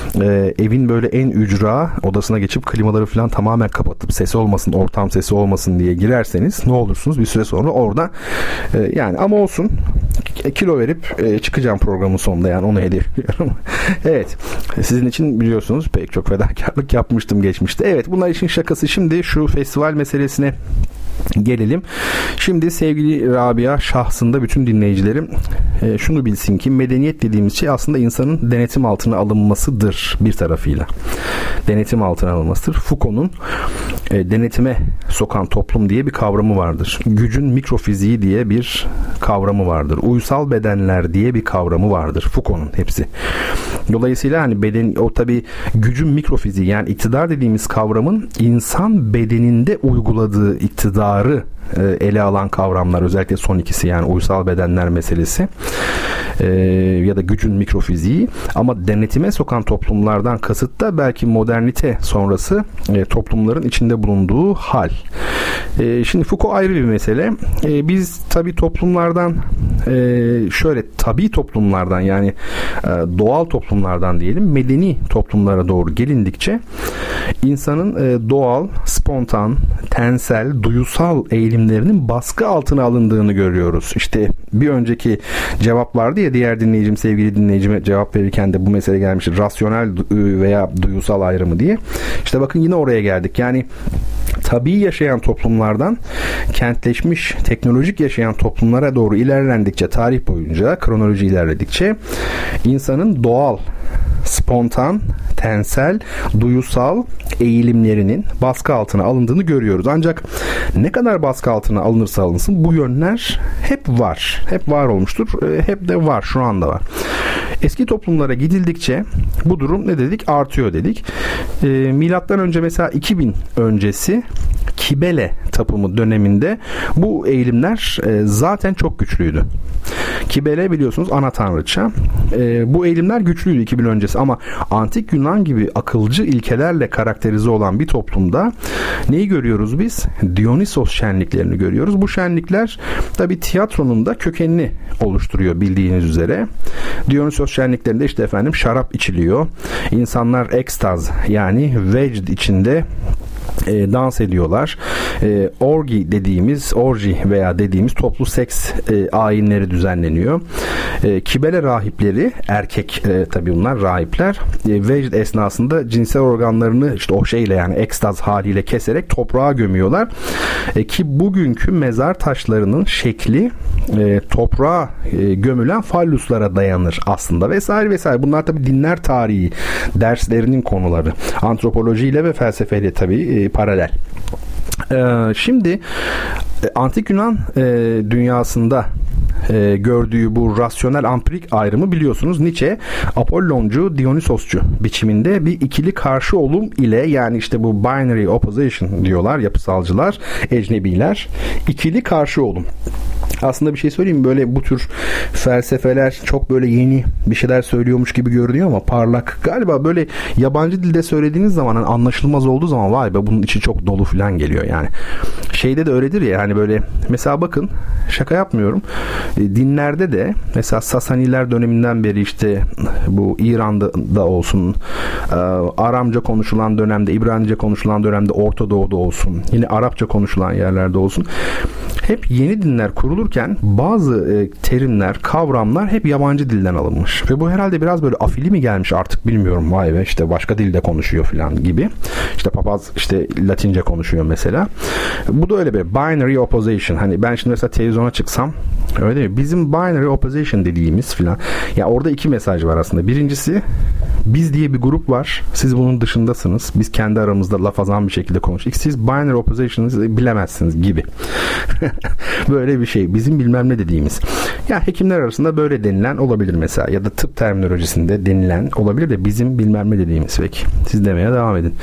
evin böyle en ücra odasına geçip klimaları falan tamamen kapatıp ses olmasın, ortam sesi olmasın diye girerseniz ne olursunuz? Bir süre sonra orada yani ama olsun, kilo verip çıkacağım programın sonunda, yani onu hedefliyorum. Evet. Sizin için biliyorsunuz pek çok fedakarlık yapmıştım geçmişte. Evet, bunlar işin şakası. Şimdi şu festival meselesine gelelim. Şimdi sevgili Rabia şahsında bütün dinleyicilerim şunu bilsin ki medeniyet dediğimiz şey aslında insanın denetim altına alınmasıdır bir tarafıyla. Denetim altına alınmasıdır. Foucault'un denetime sokan toplum diye bir kavramı vardır. Gücün mikrofiziği diye bir kavramı vardır. Uysal bedenler diye bir kavramı vardır. Foucault'un hepsi. Dolayısıyla hani o tabii gücün mikrofiziği, yani iktidar dediğimiz kavramın insan bedeninde uyguladığı iktidarı ele alan kavramlar, özellikle son ikisi, yani uysal bedenler meselesi ya da gücün mikrofiziği. Ama denetime sokan toplumlardan kasıt da belki modernite sonrası toplumların içinde bulunduğu hal. Şimdi Foucault ayrı bir mesele. Biz tabii toplumlardan şöyle tabii toplumlardan, yani doğal toplumlardan diyelim, medeni toplumlara doğru gelindikçe insanın doğal, spontan, tensel, duyusal eğilimlerinin baskı altına alındığını görüyoruz. İşte bir önceki cevap vardı ya, diğer dinleyicim, sevgili dinleyicime cevap verirken de bu mesele gelmişti. Rasyonel veya duyusal ayrımı diye. İşte bakın yine oraya geldik. Yani tabii yaşayan toplumlardan kentleşmiş, teknolojik yaşayan toplumlara doğru ilerlendikçe, tarih boyunca kronoloji ilerledikçe insanın doğal, spontan, tensel, duyusal eğilimlerinin baskı altına alındığını görüyoruz. Ancak ne kadar baskı altına alınırsa alınsın bu yönler hep var. Hep var olmuştur. Hep de var. Şu anda var. Eski toplumlara gidildikçe bu durum ne dedik? Artıyor dedik. Milattan önce mesela 2000 öncesi Kibele tapımı döneminde bu eğilimler zaten çok güçlüydü. Kibele biliyorsunuz ana tanrıça. Bu eğilimler güçlüydü 2000 öncesi ama antik Yunan gibi akılcı ilkelerle karakterize olan bir toplumda neyi görüyoruz biz? Dionysos şenliklerini görüyoruz. Bu şenlikler tabii tiyatronun da kökenini oluşturuyor bildiğiniz üzere. Dionysos şenliklerinde işte efendim şarap içiliyor. İnsanlar ekstaz, yani vecd içinde dans ediyorlar. Orgi veya dediğimiz toplu seks ayinleri düzenleniyor. Kibele rahipleri, erkek tabii bunlar rahipler, vecd esnasında cinsel organlarını işte o şeyle, yani ekstaz haliyle keserek toprağa gömüyorlar. Ki bugünkü mezar taşlarının şekli toprağa gömülen falluslara dayanır aslında, vesaire vesaire. Bunlar tabii dinler tarihi derslerinin konuları. Antropolojiyle ve felsefeyle tabii paralel. Şimdi Antik Yunan dünyasında gördüğü bu rasyonel ampirik ayrımı biliyorsunuz. Nietzsche Apolloncu, Dionysosçu biçiminde bir ikili karşı olum ile, yani işte bu binary opposition diyorlar yapısalcılar, ecnebiler, ikili karşı olum. Aslında bir şey söyleyeyim mi? Böyle bu tür felsefeler çok böyle yeni bir şeyler söylüyormuş gibi görünüyor ama parlak. Galiba böyle yabancı dilde söylediğiniz zaman, hani anlaşılmaz olduğu zaman, vay be bunun içi çok dolu falan geliyor yani. Şeyde de öyledir ya, hani böyle mesela bakın, şaka yapmıyorum. Dinlerde de mesela Sasaniler döneminden beri işte bu İran'da olsun, Aramca konuşulan dönemde, İbranice konuşulan dönemde Orta Doğu'da olsun, yine Arapça konuşulan yerlerde olsun, hep yeni dinler kurulurken bazı terimler, kavramlar hep yabancı dilden alınmış. Ve bu herhalde biraz böyle afili mi gelmiş artık bilmiyorum. Vay be işte başka dilde konuşuyor falan gibi. İşte papaz işte Latince konuşuyor mesela. Bu da öyle bir binary opposition. Hani ben şimdi mesela televizyona çıksam, öyle değil mi? Bizim binary opposition dediğimiz falan. Ya orada iki mesaj var aslında. Birincisi, biz diye bir grup var. Siz bunun dışındasınız. Biz kendi aramızda lafazan bir şekilde konuşuyoruz. Siz binary opposition'ı bilemezsiniz gibi. Böyle bir şey. Bizim bilmem ne dediğimiz. Ya hekimler arasında böyle denilen olabilir mesela. Ya da tıp terminolojisinde denilen olabilir de bizim bilmem ne dediğimiz. Peki. Siz demeye devam edin.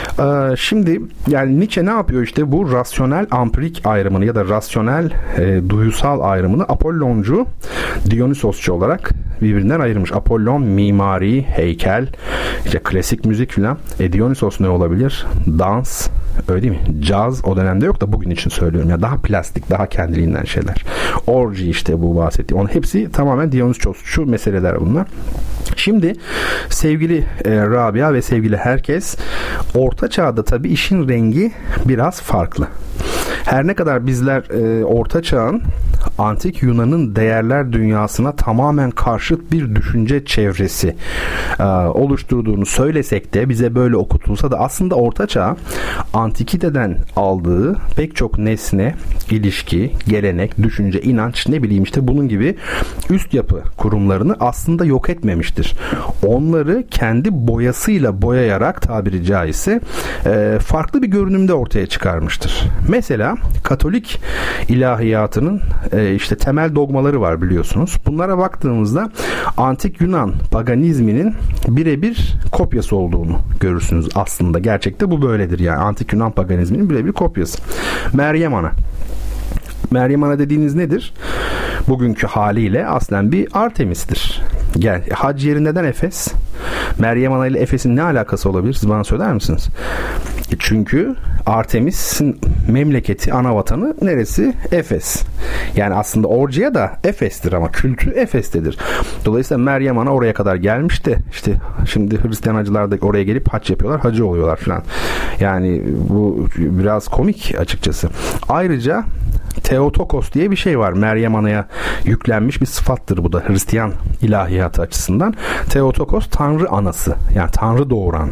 Şimdi yani Nietzsche ne yapıyor? İşte bu rasyonel ampirik ayrımını ya da rasyonel duyusal ayrımını Apolloncu, Dionysosçu olarak birbirinden ayırmış. Apollon mimari, heykel, işte klasik müzik filan. Dionysos ne olabilir? Dans, öyle değil mi? Caz o dönemde yok da bugün için söylüyorum. Ya daha plastik, daha kendiliğinden şeyler. Orji işte bu bahsettiğim. Onun hepsi tamamen Dionysosçu meseleler bunlar. Şimdi sevgili Rabia ve sevgili herkes, Orta Çağ'da tabii işin rengi biraz farklı. Her ne kadar bizler Orta Çağ'ın Antik Yunan'ın değerler dünyasına tamamen karşıt bir düşünce çevresi oluşturduğunu söylesek de, bize böyle okutulsa da, aslında Orta Çağ Antikite'den aldığı pek çok nesne, ilişki, gelenek, düşünce, inanç, ne bileyim işte bunun gibi üst yapı kurumlarını aslında yok etmemiştir. Onları kendi boyasıyla boyayarak, tabiri caizse farklı bir görünümde ortaya çıkarmıştır. Mesela Katolik ilahiyatının işte temel dogmaları var biliyorsunuz. Bunlara baktığımızda Antik Yunan paganizminin birebir kopyası olduğunu görürsünüz aslında. Gerçekte bu böyledir yani. Antik Yunan paganizminin birebir kopyası. Meryem Ana. Meryem Ana dediğiniz nedir? Bugünkü haliyle aslen bir Artemis'tir. Gel, hac yeri neden Efes? Meryem Ana ile Efes'in ne alakası olabilir? Siz bana söyler misiniz? Çünkü Artemis'in memleketi, ana vatanı neresi? Efes. Yani aslında Orgia da Efes'tir ama kültü Efes'tedir. Dolayısıyla Meryem Ana oraya kadar gelmiş de işte şimdi Hristiyan hacılar da oraya gelip hac yapıyorlar, hacı oluyorlar falan. Yani bu biraz komik açıkçası. Ayrıca Theotokos diye bir şey var. Meryem Ana'ya yüklenmiş bir sıfattır bu da Hristiyan ilahiyatı açısından. Theotokos Tanrı anası. Yani Tanrı doğuran.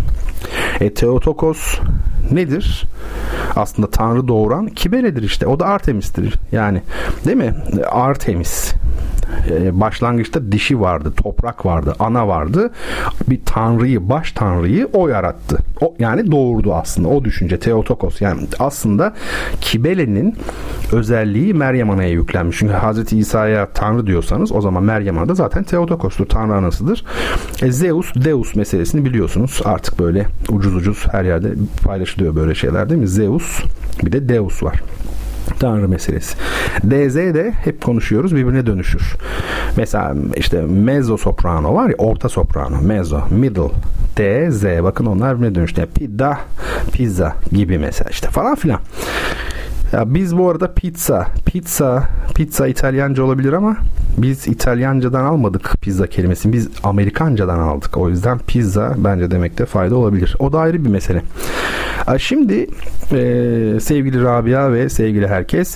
Theotokos nedir? Aslında Tanrı doğuran Kibele'dir işte. O da Artemis'tir. Yani değil mi? Artemis. Başlangıçta dişi vardı, toprak vardı, ana vardı. Bir tanrıyı, baş tanrıyı o yarattı. O yani doğurdu aslında. O düşünce Theotokos. Yani aslında Kibele'nin özelliği Meryem Ana'ya yüklenmiş. Çünkü Hazreti İsa'ya tanrı diyorsanız o zaman Meryem Ana da zaten Theotokos'tur. Tanrı anasıdır. Zeus, Deus meselesini biliyorsunuz. Artık böyle ucuz her yerde paylaşılıyor böyle şeyler değil mi? Zeus, bir de Deus var. Tanrı meselesi. DZ de hep konuşuyoruz, birbirine dönüşür. Mesela işte mezzo soprano var ya, orta soprano, mezzo, middle, DZ, bakın onlar birbirine dönüştü. Yani pizza gibi mesela işte falan filan. Ya biz bu arada pizza İtalyanca olabilir ama Biz İtalyancadan almadık pizza kelimesini. Biz Amerikancadan aldık. O yüzden pizza bence demekte fayda olabilir. O da ayrı bir mesele. Şimdi sevgili Rabia ve sevgili herkes,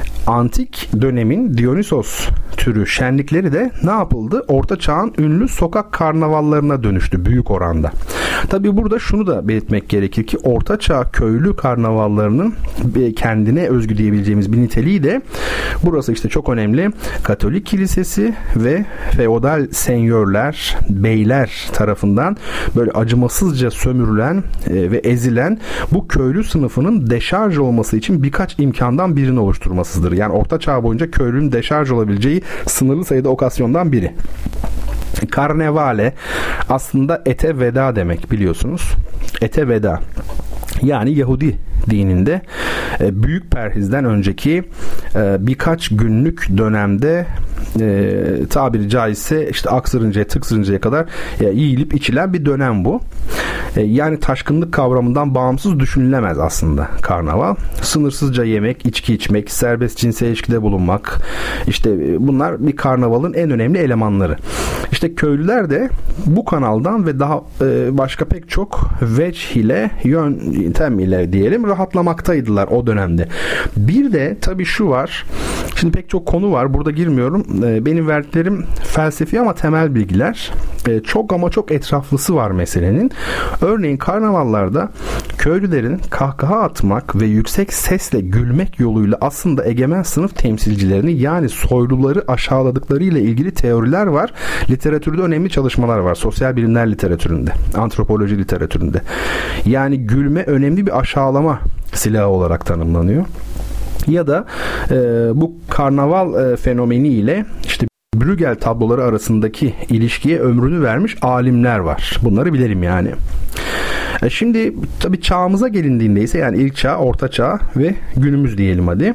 antik dönemin Dionysos türü şenlikleri de ne yapıldı? Orta Çağ'ın ünlü sokak karnavallarına dönüştü büyük oranda. Tabii burada şunu da belirtmek gerekir ki Orta Çağ köylü karnavallarının kendine özgü diyebileceğimiz bir niteliği de burası işte çok önemli. Katolik kilisesi ve feodal senyörler, beyler tarafından böyle acımasızca sömürülen ve ezilen bu köylü sınıfının deşarj olması için birkaç imkandan birini oluşturmasıdır. Yani Orta Çağ boyunca köylünün deşarj olabileceği sınırlı sayıda okasyondan biri. Karnevale aslında ete veda demek, biliyorsunuz. Ete veda. Yani Yahudi dininde büyük perhizden önceki birkaç günlük dönemde tabiri caizse işte aksırıncaya tıksırıncaya kadar yiyilip içilen bir dönem bu. Yani taşkınlık kavramından bağımsız düşünülemez aslında karnaval. Sınırsızca yemek, içki içmek, serbest cinsel ilişkide bulunmak, işte bunlar bir karnavalın en önemli elemanları. İşte köylüler de bu kanaldan ve daha başka pek çok vecih ile, yöntem ile diyelim rahatlamaktaydılar o dönemde. Bir de tabii şu var. Şimdi pek çok konu var. Burada girmiyorum. Benim verdiklerim felsefi ama temel bilgiler. Çok ama çok etraflısı var meselenin. Örneğin karnavallarda köylülerin kahkaha atmak ve yüksek sesle gülmek yoluyla aslında egemen sınıf temsilcilerini, yani soyluları aşağıladıkları ile ilgili teoriler var. Literatürde önemli çalışmalar var. Sosyal bilimler literatüründe, antropoloji literatüründe. Yani gülme önemli bir aşağılama silahı olarak tanımlanıyor. Ya da bu karnaval fenomeniyle işte Bruegel tabloları arasındaki ilişkiye ömrünü vermiş alimler var. Bunları bilelim yani. Şimdi tabii çağımıza gelindiğinde ise, yani ilk çağ, orta çağ ve günümüz diyelim hadi.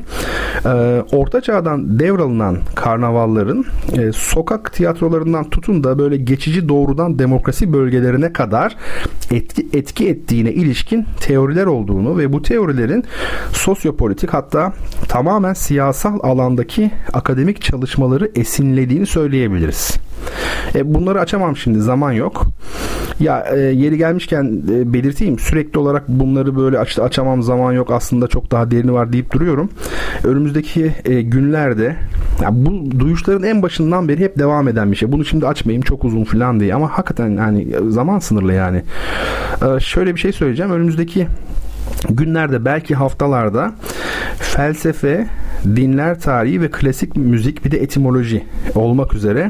Orta çağdan devralınan karnavalların sokak tiyatrolarından tutun da böyle geçici doğrudan demokrasi bölgelerine kadar etki ettiğine ilişkin teoriler olduğunu ve bu teorilerin sosyopolitik, hatta tamamen siyasal alandaki akademik çalışmaları esinlediğini söyleyebiliriz. Bunları açamam şimdi, zaman yok. Ya yeri gelmişken belirteyim, sürekli olarak bunları böyle açamam, zaman yok, aslında çok daha derini var deyip duruyorum. Önümüzdeki günlerde bu duyuşların en başından beri hep devam eden bir şey. Bunu şimdi açmayayım, çok uzun falan diye, ama hakikaten hani zaman sınırlı yani. Şöyle bir şey söyleyeceğim. Önümüzdeki günlerde, belki haftalarda felsefe, dinler tarihi ve klasik müzik, bir de etimoloji olmak üzere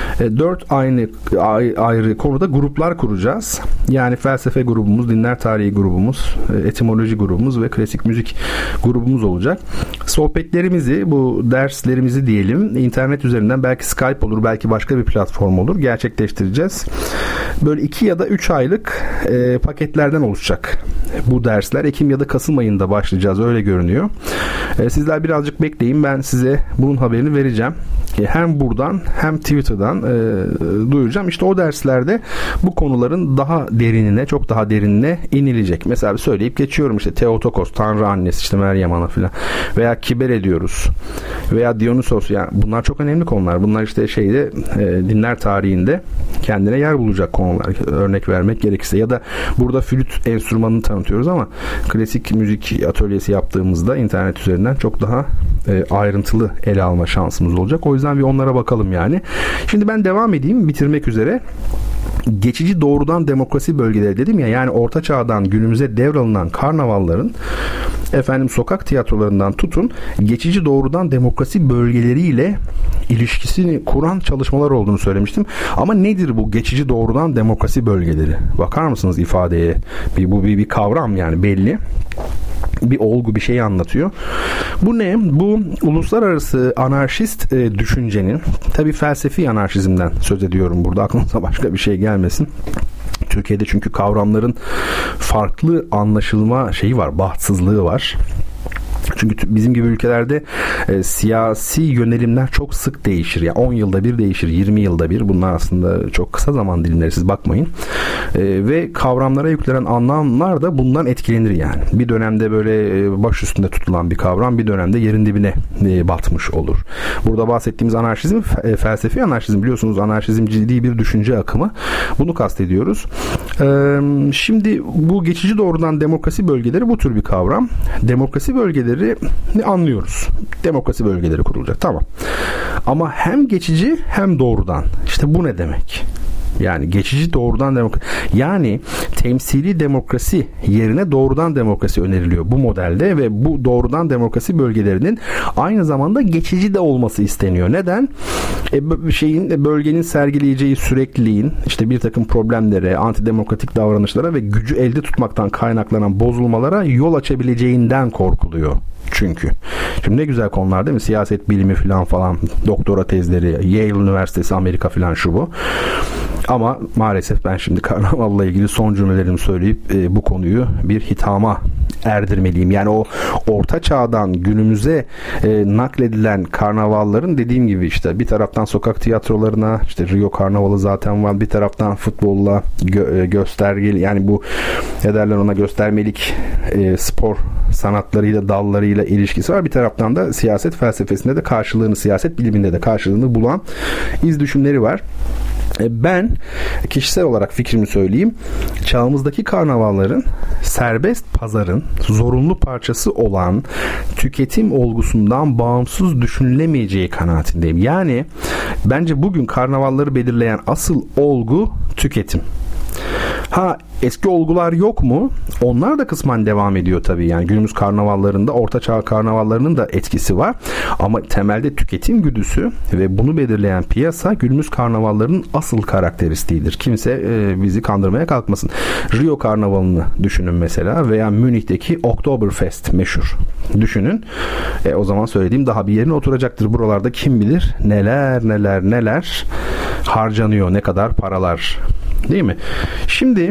4 ayrı konuda gruplar kuracağız. Yani felsefe grubumuz, dinler tarihi grubumuz, etimoloji grubumuz ve klasik müzik grubumuz olacak. Sohbetlerimizi, bu derslerimizi diyelim, internet üzerinden, belki Skype olur, belki başka bir platform olur, gerçekleştireceğiz. Böyle 2 ya da 3 aylık paketlerden oluşacak bu dersler. Ekim ya da Kasım ayında başlayacağız, öyle görünüyor. Sizler birazcık bekleyin, ben size bunun haberini vereceğim. Hem buradan hem Twitter'dan duyuracağım. İşte o derslerde bu konuların daha derinine, çok daha derinine inilecek. Mesela söyleyip geçiyorum, işte Theotokos, Tanrı annesi, işte Meryem Ana filan, veya Kibere diyoruz, veya Dionysos. Yani bunlar çok önemli konular. Bunlar işte dinler tarihinde kendine yer bulacak konular. Örnek vermek gerekirse, ya da burada flüt enstrümanını tanıtıyoruz ama klasik müzik atölyesi yaptığımızda internet üzerinden çok daha ayrıntılı ele alma şansımız olacak. O yüzden bir onlara bakalım yani. Şimdi ben devam edeyim, bitirmek üzere. Geçici doğrudan demokrasi bölgeleri dedim ya, yani Orta Çağ'dan günümüze devralınan karnavalların sokak tiyatrolarından tutun geçici doğrudan demokrasi bölgeleriyle ilişkisini kuran çalışmalar olduğunu söylemiştim. Ama nedir bu geçici doğrudan demokrasi bölgeleri? Bakar mısınız ifadeye? Bu bir kavram yani, belli. Bir olgu, bir şeyi anlatıyor. Bu ne? Bu uluslararası anarşist düşüncenin, tabii felsefi anarşizmden söz ediyorum burada, aklınıza başka bir şey gelmesin. Türkiye'de çünkü kavramların farklı anlaşılma şeyi var, bahtsızlığı var. Çünkü bizim gibi ülkelerde siyasi yönelimler çok sık değişir. Yani 10 yılda bir değişir, 20 yılda bir. Bunlar aslında çok kısa zaman dilimleri, siz bakmayın. Ve kavramlara yüklenen anlamlar da bundan etkilenir yani. Bir dönemde böyle baş üstünde tutulan bir kavram, bir dönemde yerin dibine batmış olur. Burada bahsettiğimiz anarşizm, felsefi anarşizm, biliyorsunuz anarşizm ciddi bir düşünce akımı. Bunu kastediyoruz. Şimdi bu geçici doğrudan demokrasi bölgeleri bu tür bir kavram. Demokrasi bölgeleri anlıyoruz. Demokrasi bölgeleri kurulacak. Tamam. Ama hem geçici hem doğrudan. İşte bu ne demek? Yani geçici doğrudan demokrasi. Yani temsili demokrasi yerine doğrudan demokrasi öneriliyor bu modelde ve bu doğrudan demokrasi bölgelerinin aynı zamanda geçici de olması isteniyor. Neden? Bölgenin sergileyeceği sürekliliğin işte bir takım problemlere, antidemokratik davranışlara ve gücü elde tutmaktan kaynaklanan bozulmalara yol açabileceğinden korkuluyor. Çünkü. Şimdi ne güzel konular değil mi? Siyaset bilimi falan, doktora tezleri, Yale Üniversitesi, Amerika falan şu bu. Ama maalesef ben şimdi karnavalla ilgili son cümlelerimi söyleyip bu konuyu bir hitama erdirmeliyim. Yani o orta çağdan günümüze nakledilen karnavalların dediğim gibi işte bir taraftan sokak tiyatrolarına, işte Rio Karnavalı zaten var, bir taraftan futbolla göstergeli, yani bu ne derler ona, göstermelik spor sanatlarıyla, dallarıyla ilişkisi var. Bir taraftan da siyaset felsefesinde de karşılığını, siyaset biliminde de karşılığını bulan iz düşümleri var. Ben kişisel olarak fikrimi söyleyeyim. Çağımızdaki karnavalların serbest pazarın zorunlu parçası olan tüketim olgusundan bağımsız düşünülemeyeceği kanaatindeyim. Yani bence bugün karnavalları belirleyen asıl olgu tüketim. Eski olgular yok mu? Onlar da kısmen devam ediyor tabii. Yani günümüz karnavallarında, orta çağ karnavallarının da etkisi var. Ama temelde tüketim güdüsü ve bunu belirleyen piyasa günümüz karnavallarının asıl karakteristiğidir. Kimse bizi kandırmaya kalkmasın. Rio Karnavalı'nı düşünün mesela veya Münih'teki Oktoberfest meşhur. Düşünün. O zaman söylediğim daha bir yerine oturacaktır. Buralarda kim bilir neler harcanıyor, ne kadar paralar. Değil mi? Şimdi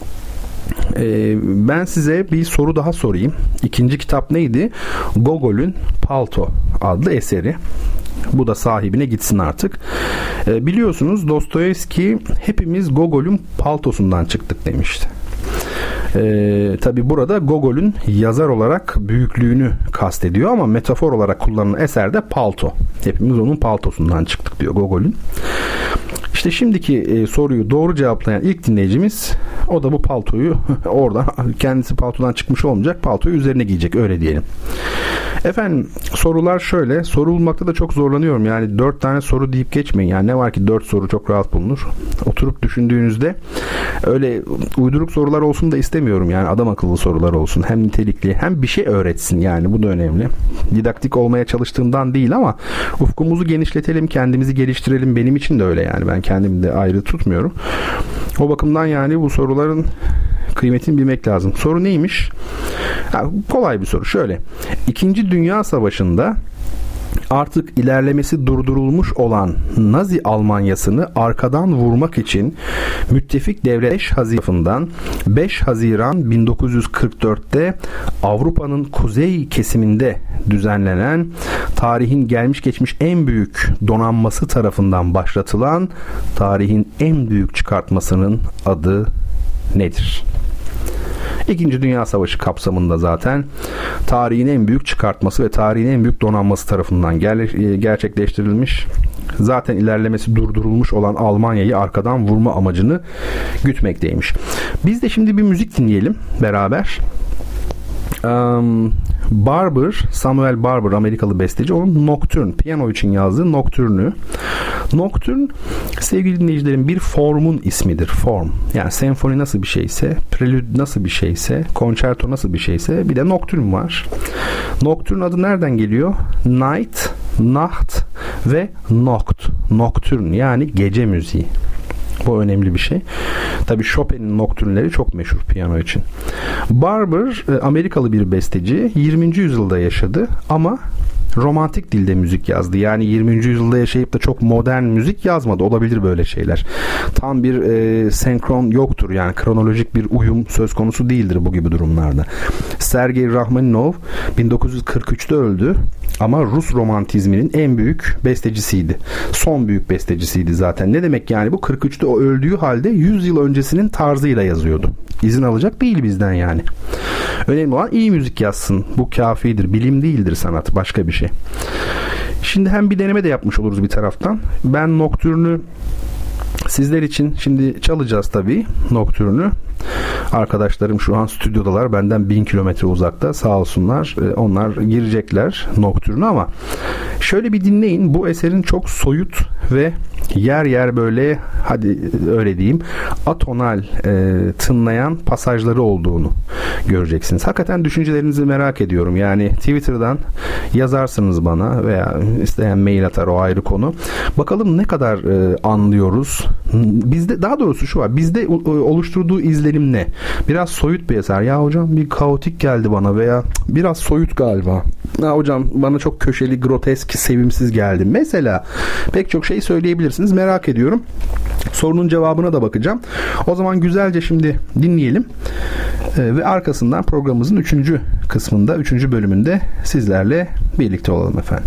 ben size bir soru daha sorayım. İkinci kitap neydi? Gogol'ün Palto adlı eseri. Bu da sahibine gitsin artık. Biliyorsunuz Dostoyevski hepimiz Gogol'ün paltosundan çıktık demişti. Tabi burada Gogol'ün yazar olarak büyüklüğünü kastediyor ama metafor olarak kullanılan eserde palto. Hepimiz onun paltosundan çıktık diyor Gogol'ün. İşte şimdiki soruyu doğru cevaplayan ilk dinleyicimiz, o da bu paltoyu oradan, kendisi paltodan çıkmış olmayacak, paltoyu üzerine giyecek, öyle diyelim. Efendim sorular şöyle. Soru bulmakta da çok zorlanıyorum. Yani 4 tane soru deyip geçmeyin. Yani ne var ki 4 soru çok rahat bulunur. Oturup düşündüğünüzde öyle uyduruk sorular olsun da istemiyorum. Yani adam akıllı sorular olsun. Hem nitelikli hem bir şey öğretsin. Yani bu da önemli. Didaktik olmaya çalıştığımdan değil ama ufkumuzu genişletelim, kendimizi geliştirelim. Benim için de öyle yani. Ben kendimi de ayrı tutmuyorum. O bakımdan yani bu soruların kıymetini bilmek lazım. Soru neymiş? Kolay bir soru. Şöyle. İkinci Dünya Savaşı'nda artık ilerlemesi durdurulmuş olan Nazi Almanyası'nı arkadan vurmak için müttefik devlet 5 Haziran 1944'te Avrupa'nın kuzey kesiminde düzenlenen tarihin gelmiş geçmiş en büyük donanması tarafından başlatılan tarihin en büyük çıkartmasının adı nedir? İkinci Dünya Savaşı kapsamında zaten tarihin en büyük çıkartması ve tarihin en büyük donanması tarafından gerçekleştirilmiş, zaten ilerlemesi durdurulmuş olan Almanya'yı arkadan vurma amacını gütmekteymiş. Biz de şimdi bir müzik dinleyelim beraber. Samuel Barber, Amerikalı besteci, onun Nocturne, piyano için yazdığı Nocturne'ü. Nocturne, sevgili dinleyicilerim, bir formun ismidir. Form. Yani senfoni nasıl bir şeyse, prelüd nasıl bir şeyse, konçerto nasıl bir şeyse, bir de Nocturne var. Nocturne adı nereden geliyor? Night, Nacht ve Noct. Nocturne yani gece müziği. Bu önemli bir şey. Tabii Chopin'in Nocturne'leri çok meşhur piyano için. Barber Amerikalı bir besteci, 20. yüzyılda yaşadı ama romantik dilde müzik yazdı. Yani 20. yüzyılda yaşayıp da çok modern müzik yazmadı. Olabilir böyle şeyler. Tam bir senkron yoktur. Yani kronolojik bir uyum söz konusu değildir bu gibi durumlarda. Sergei Rachmaninov 1943'te öldü. Ama Rus romantizminin en büyük bestecisiydi. Son büyük bestecisiydi zaten. Ne demek yani bu? 43'te o öldüğü halde 100 yıl öncesinin tarzıyla yazıyordu. İzin alacak değil bizden yani. Önemli olan iyi müzik yazsın. Bu kafidir. Bilim değildir sanat. Başka bir şey. Şimdi hem bir deneme de yapmış oluruz bir taraftan. Ben Nocturne'ü sizler için şimdi çalacağız tabii. Nocturne'ü. Arkadaşlarım şu an stüdyodalar. Benden 1000 kilometre uzakta. Sağ olsunlar. Onlar girecekler Nocturne'ü ama şöyle bir dinleyin. Bu eserin çok soyut ve yer yer böyle, hadi öyle diyeyim, atonal tınlayan pasajları olduğunu göreceksiniz. Hakikaten düşüncelerinizi merak ediyorum. Yani Twitter'dan yazarsınız bana veya isteyen mail atar, o ayrı konu. Bakalım ne kadar anlıyoruz. Bizde, daha doğrusu şu var. Bizde oluşturduğu izlenim ne? Biraz soyut bir eser. Ya hocam bir kaotik geldi bana veya biraz soyut galiba. Ya hocam bana çok köşeli, grotesk, sevimsiz geldi. Mesela pek çok şey söyleyebilirsiniz. Merak ediyorum. Sorunun cevabına da bakacağım. O zaman güzelce şimdi dinleyelim. Ve arkasından programımızın 3. kısmında, 3. bölümünde sizlerle birlikte olalım efendim.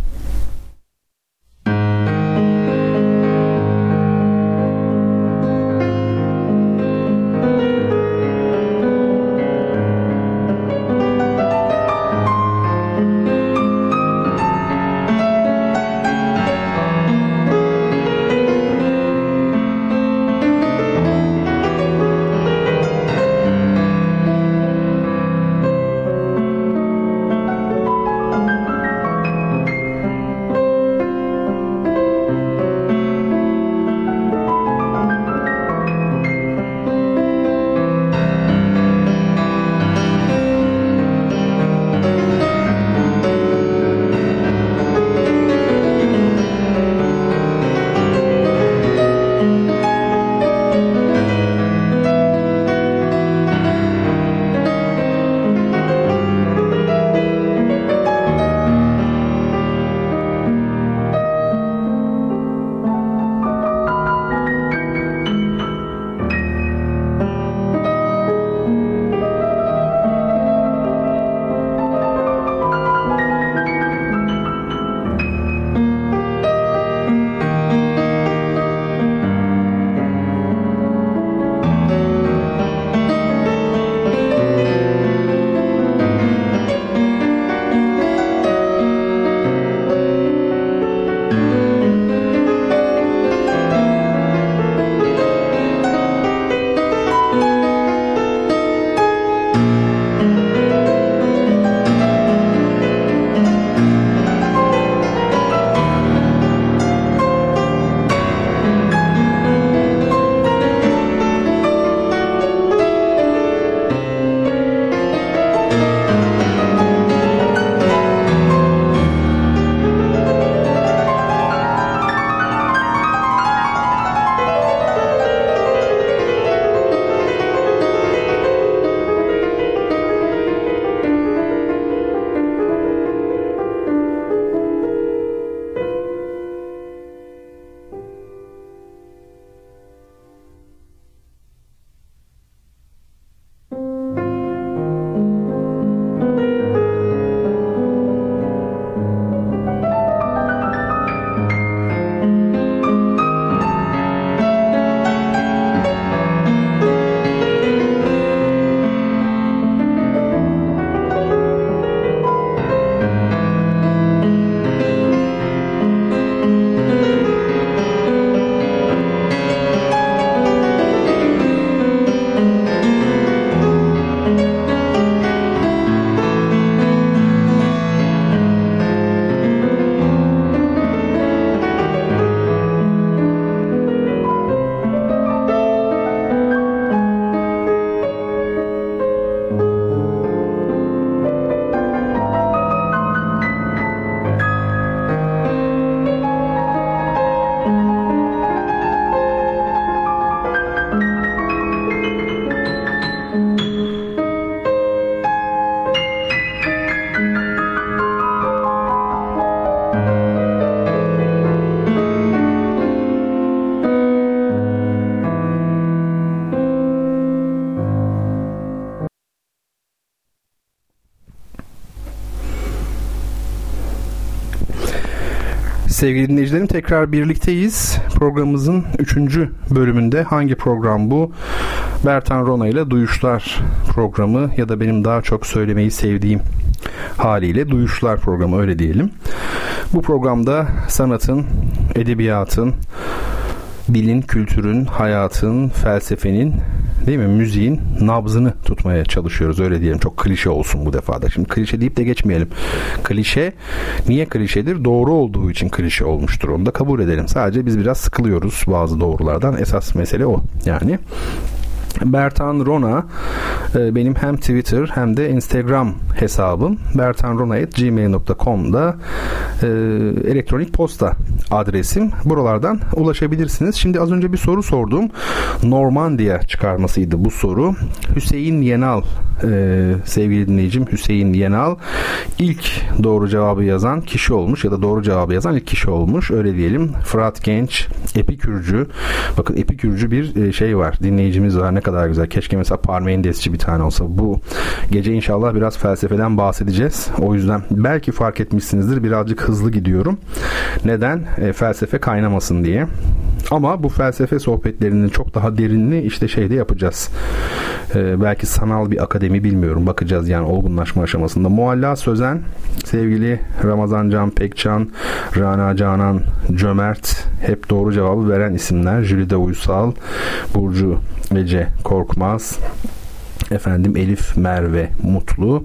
Sevgili dinleyicilerim, tekrar birlikteyiz. Programımızın 3. bölümünde. Hangi program bu? Bertan Rona ile Duyuşlar programı, ya da benim daha çok söylemeyi sevdiğim haliyle Duyuşlar programı, öyle diyelim. Bu programda sanatın, edebiyatın, dilin, kültürün, hayatın, felsefenin, değil mi, müziğin nabzını tutmaya çalışıyoruz, öyle diyelim. Çok klişe olsun bu defada. Şimdi klişe deyip de geçmeyelim. Klişe niye klişedir? Doğru olduğu için klişe olmuştur. Onu da kabul edelim. Sadece biz biraz sıkılıyoruz bazı doğrulardan. Esas mesele o. Yani Bertan Rona benim hem Twitter hem de Instagram hesabım. bertanrona@gmail.com'da elektronik posta adresim. Buralardan ulaşabilirsiniz. Şimdi az önce bir soru sordum. Normandiya çıkarmasıydı bu soru. Hüseyin Yenal, sevgili dinleyicim Hüseyin Yenal ilk doğru cevabı yazan kişi olmuş, ya da doğru cevabı yazan ilk kişi olmuş, öyle diyelim. Fırat Genç, Epikürcü. Bakın, Epikürcü bir şey var. Dinleyicimiz var. Ne kadar güzel. Keşke mesela Parmenidesçi bir tane olsa. Bu gece inşallah biraz felsefeden bahsedeceğiz. O yüzden belki fark etmişsinizdir, birazcık hızlı gidiyorum. Neden? Felsefe kaynamasın diye. Ama bu felsefe sohbetlerinin çok daha derinini işte şeyde yapacağız. Belki sanal bir akademi, bilmiyorum. Bakacağız yani olgunlaşma aşamasında. Mualla Sözen, sevgili Ramazan Can Pekcan, Rana Canan Cömert, hep doğru cevabı veren isimler. Jülide Uysal, Burcu Ece Korkmaz, efendim Elif Merve Mutlu.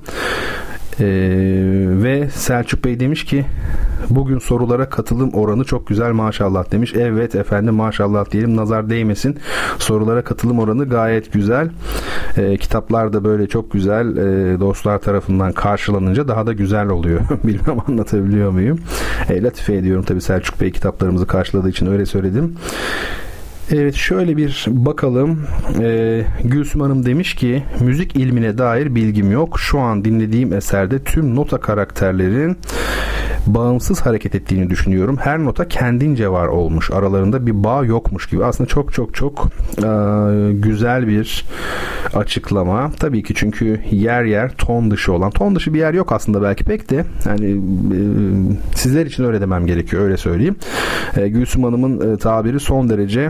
Ve Selçuk Bey demiş ki bugün sorulara katılım oranı çok güzel maşallah demiş. Evet efendim, maşallah diyelim, nazar değmesin. Sorulara katılım oranı gayet güzel. Kitaplar da böyle çok güzel dostlar tarafından karşılanınca daha da güzel oluyor. Bilmem anlatabiliyor muyum? Latife ediyorum tabii, Selçuk Bey kitaplarımızı karşıladığı için öyle söyledim. Evet, şöyle bir bakalım. Gülsüm Hanım demiş ki müzik ilmine dair bilgim yok. Şu an dinlediğim eserde tüm nota karakterlerin bağımsız hareket ettiğini düşünüyorum. Her nota kendince var olmuş. Aralarında bir bağ yokmuş gibi. Aslında çok güzel bir açıklama. Tabii ki, çünkü yer yer ton dışı olan. Ton dışı bir yer yok aslında belki pek de. Yani sizler için öyle demem gerekiyor. Öyle söyleyeyim. Gülsüm Hanım'ın tabiri son derece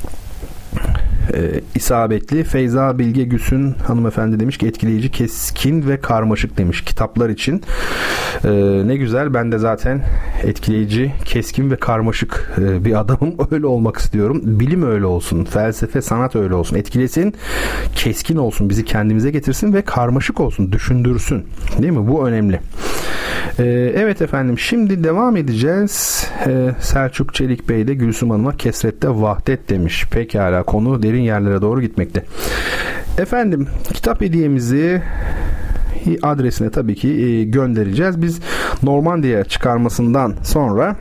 isabetli. Feyza Bilge Güsün hanımefendi demiş ki etkileyici, keskin ve karmaşık demiş kitaplar için. Ne güzel, ben de zaten etkileyici, keskin ve karmaşık bir adamım. Öyle olmak istiyorum. Bilim öyle olsun. Felsefe, sanat öyle olsun. Etkilesin, keskin olsun, bizi kendimize getirsin ve karmaşık olsun, düşündürsün. Değil mi? Bu önemli. Evet efendim, şimdi devam edeceğiz. Selçuk Çelik Bey de Gülsüm Hanım'a kesrette vahdet demiş. Pekala, konu derin yerlere doğru gitmekte. Efendim, kitap hediyemizi adresine tabii ki göndereceğiz. Biz Normandiya çıkarmasından sonra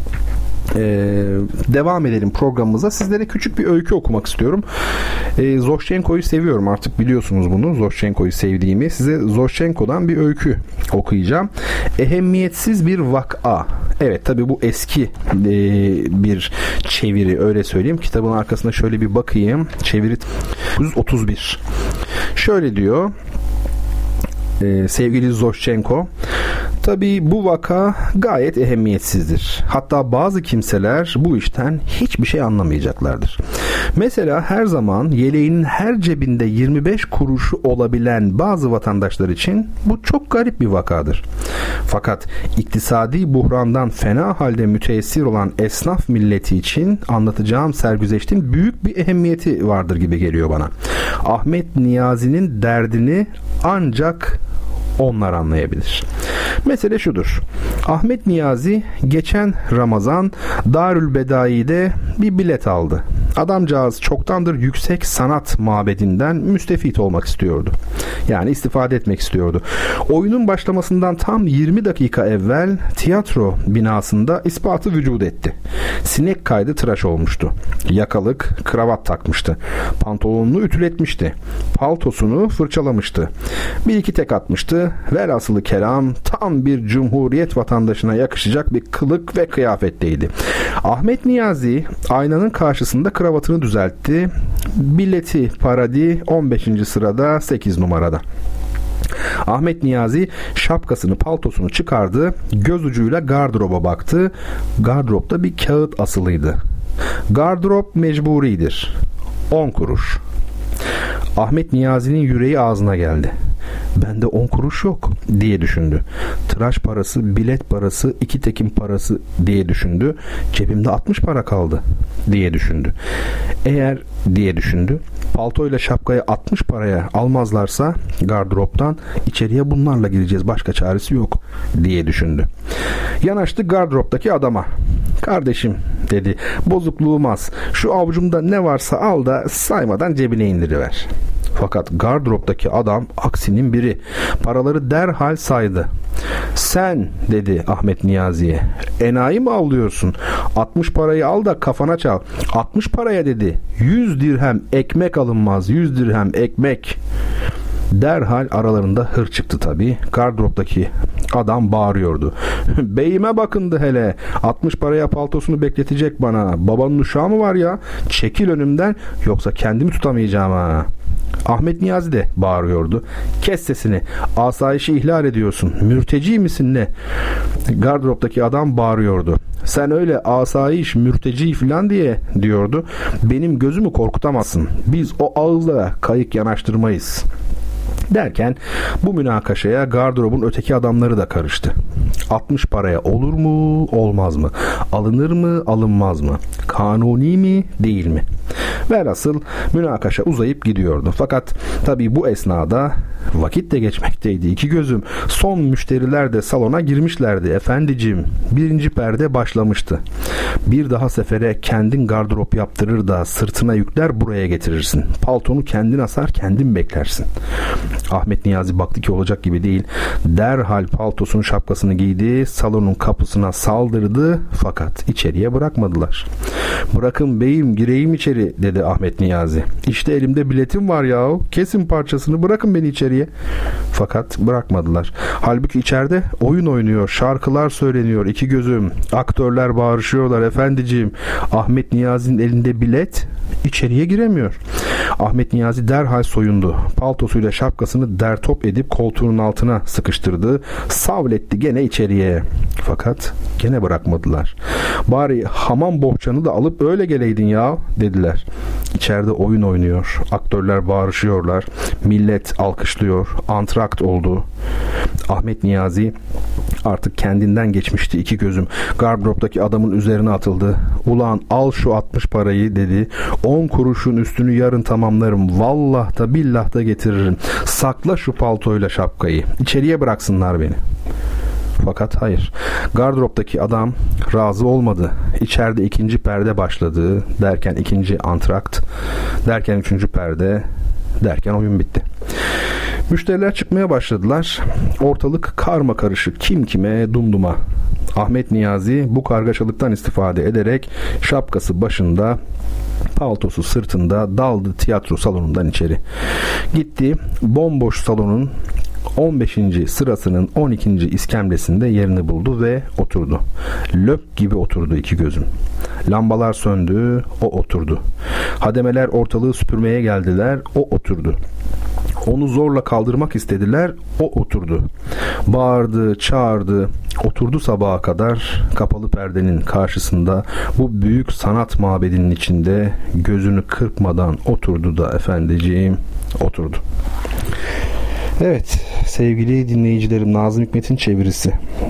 devam edelim programımıza. Sizlere küçük bir öykü okumak istiyorum. Zoşçenko'yu seviyorum, artık biliyorsunuz bunu. Zoşçenko'yu sevdiğimi. Size Zoşçenko'dan bir öykü okuyacağım. Ehemmiyetsiz bir vaka. Evet, tabii bu eski bir çeviri, öyle söyleyeyim. Kitabın arkasına şöyle bir bakayım. Çeviri 1931. Şöyle diyor sevgili Zoşçenko. Tabii bu vaka gayet ehemmiyetsizdir. Hatta bazı kimseler bu işten hiçbir şey anlamayacaklardır. Mesela her zaman yeleğinin her cebinde 25 kuruşu olabilen bazı vatandaşlar için bu çok garip bir vakadır. Fakat iktisadi buhrandan fena halde müteessir olan esnaf milleti için anlatacağım sergüzeştin büyük bir ehemmiyeti vardır gibi geliyor bana. Ahmet Niyazi'nin derdini ancak onlar anlayabilir. Mesele şudur. Ahmet Niyazi geçen Ramazan Darülbedai'de bir bilet aldı. Adamcağız çoktandır yüksek sanat mabedinden müstefit olmak istiyordu. Yani istifade etmek istiyordu. Oyunun başlamasından tam 20 dakika evvel tiyatro binasında ispatı vücud etti. Sinek kaydı tıraş olmuştu. Yakalık, kravat takmıştı. Pantolonunu ütületmişti. Paltosunu fırçalamıştı. Bir iki tek atmıştı. Velhasılı kelam tam bir cumhuriyet vatandaşına yakışacak bir kılık ve kıyafetteydi. Ahmet Niyazi aynanın karşısında kravatını düzeltti. Bileti paradi 15. sırada 8 numarada. Ahmet Niyazi şapkasını, paltosunu çıkardı. Göz ucuyla gardıroba baktı. Gardıropta bir kağıt asılıydı. Gardırop mecburidir. 10 kuruş. Ahmet Niyazi'nin yüreği ağzına geldi. Bende 10 kuruş yok diye düşündü. Tıraş parası, bilet parası, 2 tekim parası diye düşündü. Cebimde 60 para kaldı diye düşündü. Eğer diye düşündü, paltoyla şapkayı 60 paraya almazlarsa gardıroptan, içeriye bunlarla gireceğiz, başka çaresi yok diye düşündü. Yanaştı gardıroptaki adama. Kardeşim dedi, bozukluğum az. Şu avucumda ne varsa al da saymadan cebine indiriver. Fakat gardıroptaki adam aksinin biri. Paraları derhal saydı. Sen dedi Ahmet Niyazi'ye, enayi mi avlıyorsun? 60 parayı al da kafana çal. 60 paraya dedi. 100 dirhem ekmek alınmaz. 100 dirhem ekmek. Derhal aralarında hır çıktı tabii. Gardıroptaki adam bağırıyordu. Beyime bakındı hele. 60 paraya paltosunu bekletecek bana. Babanın uşağı mı var ya? Çekil önümden, yoksa kendimi tutamayacağım ha. Ahmet Niyazi de bağırıyordu. Kes sesini. Asayişi ihlal ediyorsun. Mürteci misin ne? Gardıroptaki adam bağırıyordu. Sen öyle asayiş, mürteci falan diye diyordu. Benim gözümü korkutamazsın. Biz o ağızla kayık yanaştırmayız. Derken bu münakaşaya gardırobun öteki adamları da karıştı. 60 paraya olur mu, olmaz mı? Alınır mı, alınmaz mı? Kanuni mi, değil mi? Velhasıl münakaşa uzayıp gidiyordu. Fakat tabii bu esnada vakit de geçmekteydi. İki gözüm. Son müşteriler de salona girmişlerdi. Efendiciğim, 1. perde başlamıştı. Bir daha sefere kendin gardırop yaptırır da sırtına yükler buraya getirirsin. Paltonu kendin asar, kendin beklersin. Ahmet Niyazi baktı ki olacak gibi değil. Derhal paltosunun şapkasını giydi. Salonun kapısına saldırdı. Fakat içeriye bırakmadılar. Bırakın beyim, gireyim içeri dedi Ahmet Niyazi. İşte elimde biletim var yahu. Kesin parçasını, bırakın beni içeriye. Fakat bırakmadılar. Halbuki içeride oyun oynuyor. Şarkılar söyleniyor. İki gözüm. Aktörler bağırışıyorlar. Efendiciğim, Ahmet Niyazi'nin elinde bilet, içeriye giremiyor. Ahmet Niyazi derhal soyundu. Paltosuyla şapkasını dertop edip koltuğunun altına sıkıştırdı. Savletti gene içeriye. Fakat gene bırakmadılar. Bari hamam bohçanı da alıp öyle geleydin ya dediler. İçeride oyun oynuyor. Aktörler bağırışıyorlar. Millet alkışlıyor. Antrakt oldu. Ahmet Niyazi artık kendinden geçmişti. İki gözüm. Gardıroptaki adamın üzerine atıldı. Ulan al şu 60 parayı dedi. 10 kuruşun üstünü yarın tamamlarım. Vallah da billah da getiririm. Sakla şu paltoyla şapkayı. İçeriye bıraksınlar beni. Fakat hayır. Gardıroptaki adam razı olmadı. İçeride 2. perde başladı. Derken 2. antrakt. Derken 3. perde. Derken oyun bitti. Müşteriler çıkmaya başladılar. Ortalık karma karışık. Kim kime, dumduma. Ahmet Niyazi bu kargaşalıktan istifade ederek şapkası başında, paltosu sırtında daldı tiyatro salonundan içeri. Gitti, bomboş salonun 15. sırasının 12. iskemlesinde yerini buldu ve oturdu. Lök gibi oturdu iki gözüm. Lambalar söndü, o oturdu. Hademeler ortalığı süpürmeye geldiler, o oturdu. Onu zorla kaldırmak istediler, o oturdu. Bağırdı, çağırdı, oturdu sabaha kadar kapalı perdenin karşısında, bu büyük sanat mabedinin içinde gözünü kırpmadan oturdu da efendiciğim oturdu. Evet sevgili dinleyicilerim, Nazım Hikmet'in çevirisi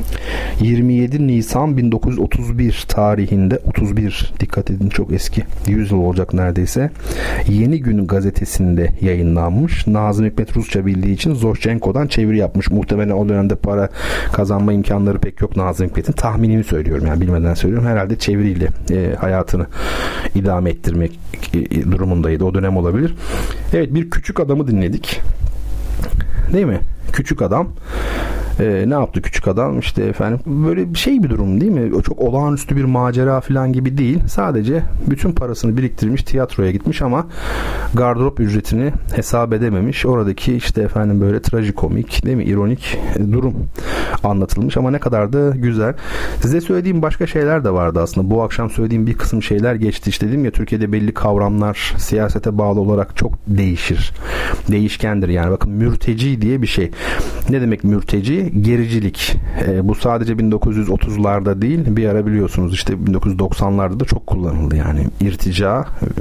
27 Nisan 1931 tarihinde, 31 dikkat edin çok eski, 100 yıl olacak neredeyse, Yeni Gün gazetesinde yayınlanmış. Nazım Hikmet Rusça bildiği için Zoşçenko'dan çeviri yapmış. Muhtemelen o dönemde para kazanma imkanları pek yok Nazım Hikmet'in. Tahminimi söylüyorum, yani bilmeden söylüyorum. Herhalde çeviriyle hayatını idame ettirmek durumundaydı. O dönem olabilir. Evet, bir küçük adamı dinledik. Değil mi? Küçük adam. Ne yaptı küçük adam? İşte efendim böyle bir durum değil mi? Çok olağanüstü bir macera falan gibi değil. Sadece bütün parasını biriktirmiş, tiyatroya gitmiş ama gardırop ücretini hesap edememiş. Oradaki işte efendim böyle trajikomik değil mi? İronik durum. anlatılmış ama ne kadar da güzel. Size söylediğim başka şeyler de vardı aslında. Bu akşam söylediğim bir kısım şeyler geçti. İşte dedim ya, Türkiye'de belli kavramlar siyasete bağlı olarak çok değişir. Değişkendir yani. Bakın, mürteci diye bir şey. Ne demek mürteci? Gericilik. Bu sadece 1930'larda değil, bir ara biliyorsunuz işte 1990'larda da çok kullanıldı yani. İrtica,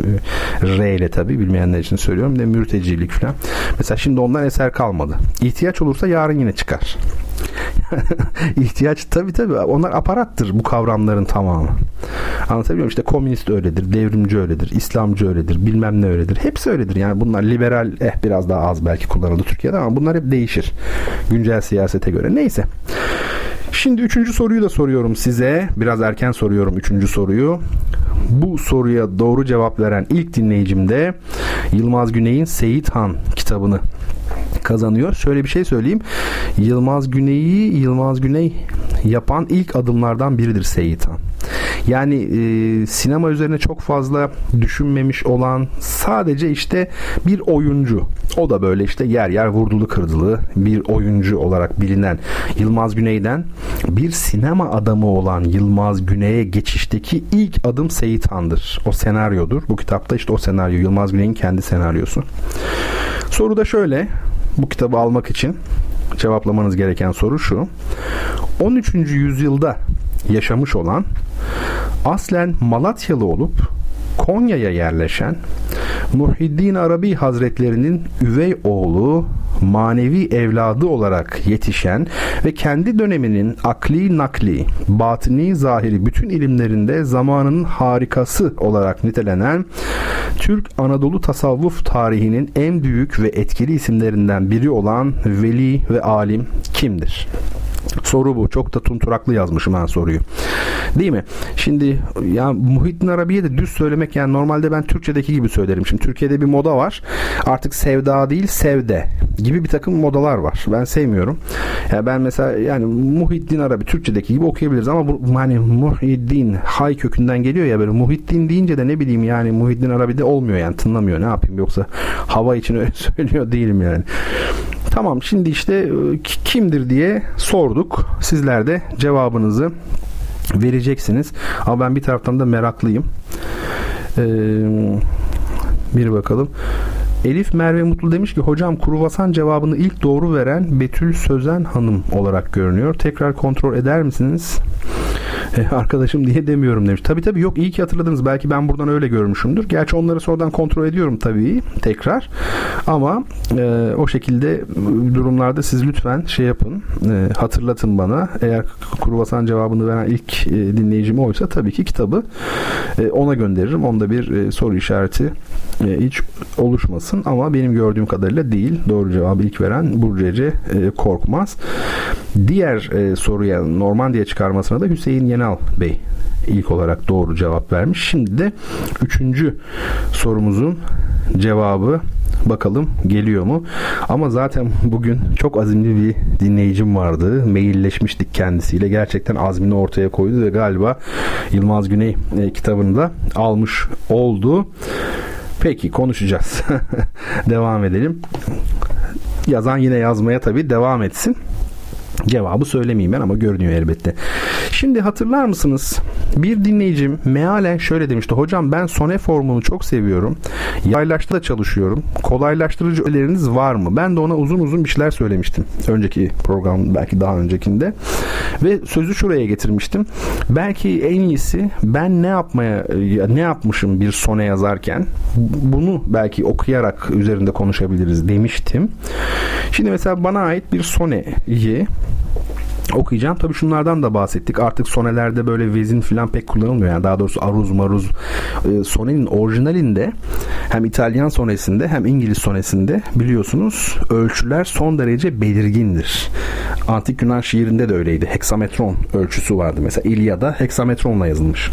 R ile tabii, bilmeyenler için söylüyorum, de mürtecilik falan. Mesela şimdi ondan eser kalmadı. İhtiyaç olursa yarın yine çıkar. İhtiyaç tabii onlar aparattır bu kavramların tamamı. Anlatabiliyor muyum? İşte komünist öyledir, devrimci öyledir, İslamcı öyledir, bilmem ne öyledir. Hepsi öyledir. Yani bunlar liberal biraz daha az belki kullanıldı Türkiye'de ama bunlar hep değişir. Güncel siyasete göre. Neyse. Şimdi 3. soruyu da soruyorum size. Biraz erken soruyorum 3. soruyu. Bu soruya doğru cevap veren ilk dinleyicim de Yılmaz Güney'in Seyit Han kitabını kazanıyor. Şöyle bir şey söyleyeyim. Yılmaz Güney yapan ilk adımlardan biridir Seyit Han. Yani sinema üzerine çok fazla düşünmemiş olan, sadece işte bir oyuncu. O da böyle işte yer yer vurdulu kırdılı bir oyuncu olarak bilinen Yılmaz Güney'den bir sinema adamı olan Yılmaz Güney'e geçişteki ilk adım Seyit Han'dır. O senaryodur. Bu kitapta işte o senaryo. Yılmaz Güney'in kendi senaryosu. Soru da şöyle. Bu kitabı almak için cevaplamanız gereken soru şu: 13. yüzyılda yaşamış olan, aslen Malatyalı olup Konya'ya yerleşen Muhyiddin Arabi Hazretlerinin üvey oğlu, manevi evladı olarak yetişen ve kendi döneminin akli nakli, batini zahiri bütün ilimlerinde zamanının harikası olarak nitelenen Türk Anadolu tasavvuf tarihinin en büyük ve etkili isimlerinden biri olan veli ve alim kimdir? Soru bu. Çok da tunturaklı yazmışım ben soruyu. Değil mi? Şimdi ya Muhyiddin Arabi'ye de düz söylemek, yani normalde ben Türkçedeki gibi söylerim. Şimdi Türkiye'de bir moda var. Artık sevda değil sevde gibi bir takım modalar var. Ben sevmiyorum. Ya ben mesela yani Muhyiddin Arabi Türkçedeki gibi okuyabiliriz ama bu hani Muhyiddin hay kökünden geliyor ya, böyle Muhyiddin deyince de ne bileyim yani Muhyiddin Arabi'de olmuyor yani, tınlamıyor. Ne yapayım, yoksa hava için öyle söylüyor değilim yani. Tamam, şimdi işte kimdir diye sorduk. Sizler de cevabınızı vereceksiniz. Ama ben bir taraftan da meraklıyım. Bir bakalım. Elif Merve Mutlu demiş ki hocam kruvasan cevabını ilk doğru veren Betül Sözen Hanım olarak görünüyor. Tekrar kontrol eder misiniz? Arkadaşım diye demiyorum demiş. Tabii yok, iyi ki hatırladınız. Belki ben buradan öyle görmüşümdür. Gerçi onları sonradan kontrol ediyorum tabii tekrar. Ama o şekilde durumlarda siz lütfen şey yapın. Hatırlatın bana. Eğer kruvasan cevabını veren ilk dinleyicim oysa tabii ki kitabı ona gönderirim. Onda bir soru işareti hiç oluşmasın. Ama benim gördüğüm kadarıyla değil. Doğru cevabı ilk veren Burcu Ece Korkmaz. Diğer soruya Normandiya çıkarmasına da Hüseyin Yenal Bey ilk olarak doğru cevap vermiş. Şimdi de 3. sorumuzun cevabı bakalım geliyor mu? Ama zaten bugün çok azimli bir dinleyicim vardı. Mailleşmiştik kendisiyle. Gerçekten azmini ortaya koydu ve galiba Yılmaz Güney kitabını da almış oldu. Peki, konuşacağız. Devam edelim. Yazan yine yazmaya tabii devam etsin. Cevabı söylemeyeyim ben ama görünüyor elbette. Şimdi hatırlar mısınız? Bir dinleyicim mealen şöyle demişti. Hocam ben sone formunu çok seviyorum. Yaylaştırda çalışıyorum. Kolaylaştırıcı öneriniz var mı? Ben de ona uzun bir şeyler söylemiştim. Önceki program, belki daha öncekinde. Ve sözü şuraya getirmiştim. Belki en iyisi ben ne yapmışım bir sone yazarken bunu belki okuyarak üzerinde konuşabiliriz demiştim. Şimdi mesela bana ait bir soneyi okuyacağım. Tabii şunlardan da bahsettik. Artık sonelerde böyle vezin falan pek kullanılmıyor. Yani daha doğrusu aruz maruz. Sonenin orijinalinde hem İtalyan sonesinde hem İngiliz sonesinde biliyorsunuz ölçüler son derece belirgindir. Antik Yunan şiirinde de öyleydi. Heksametron ölçüsü vardı. Mesela İlyada heksametronla yazılmış.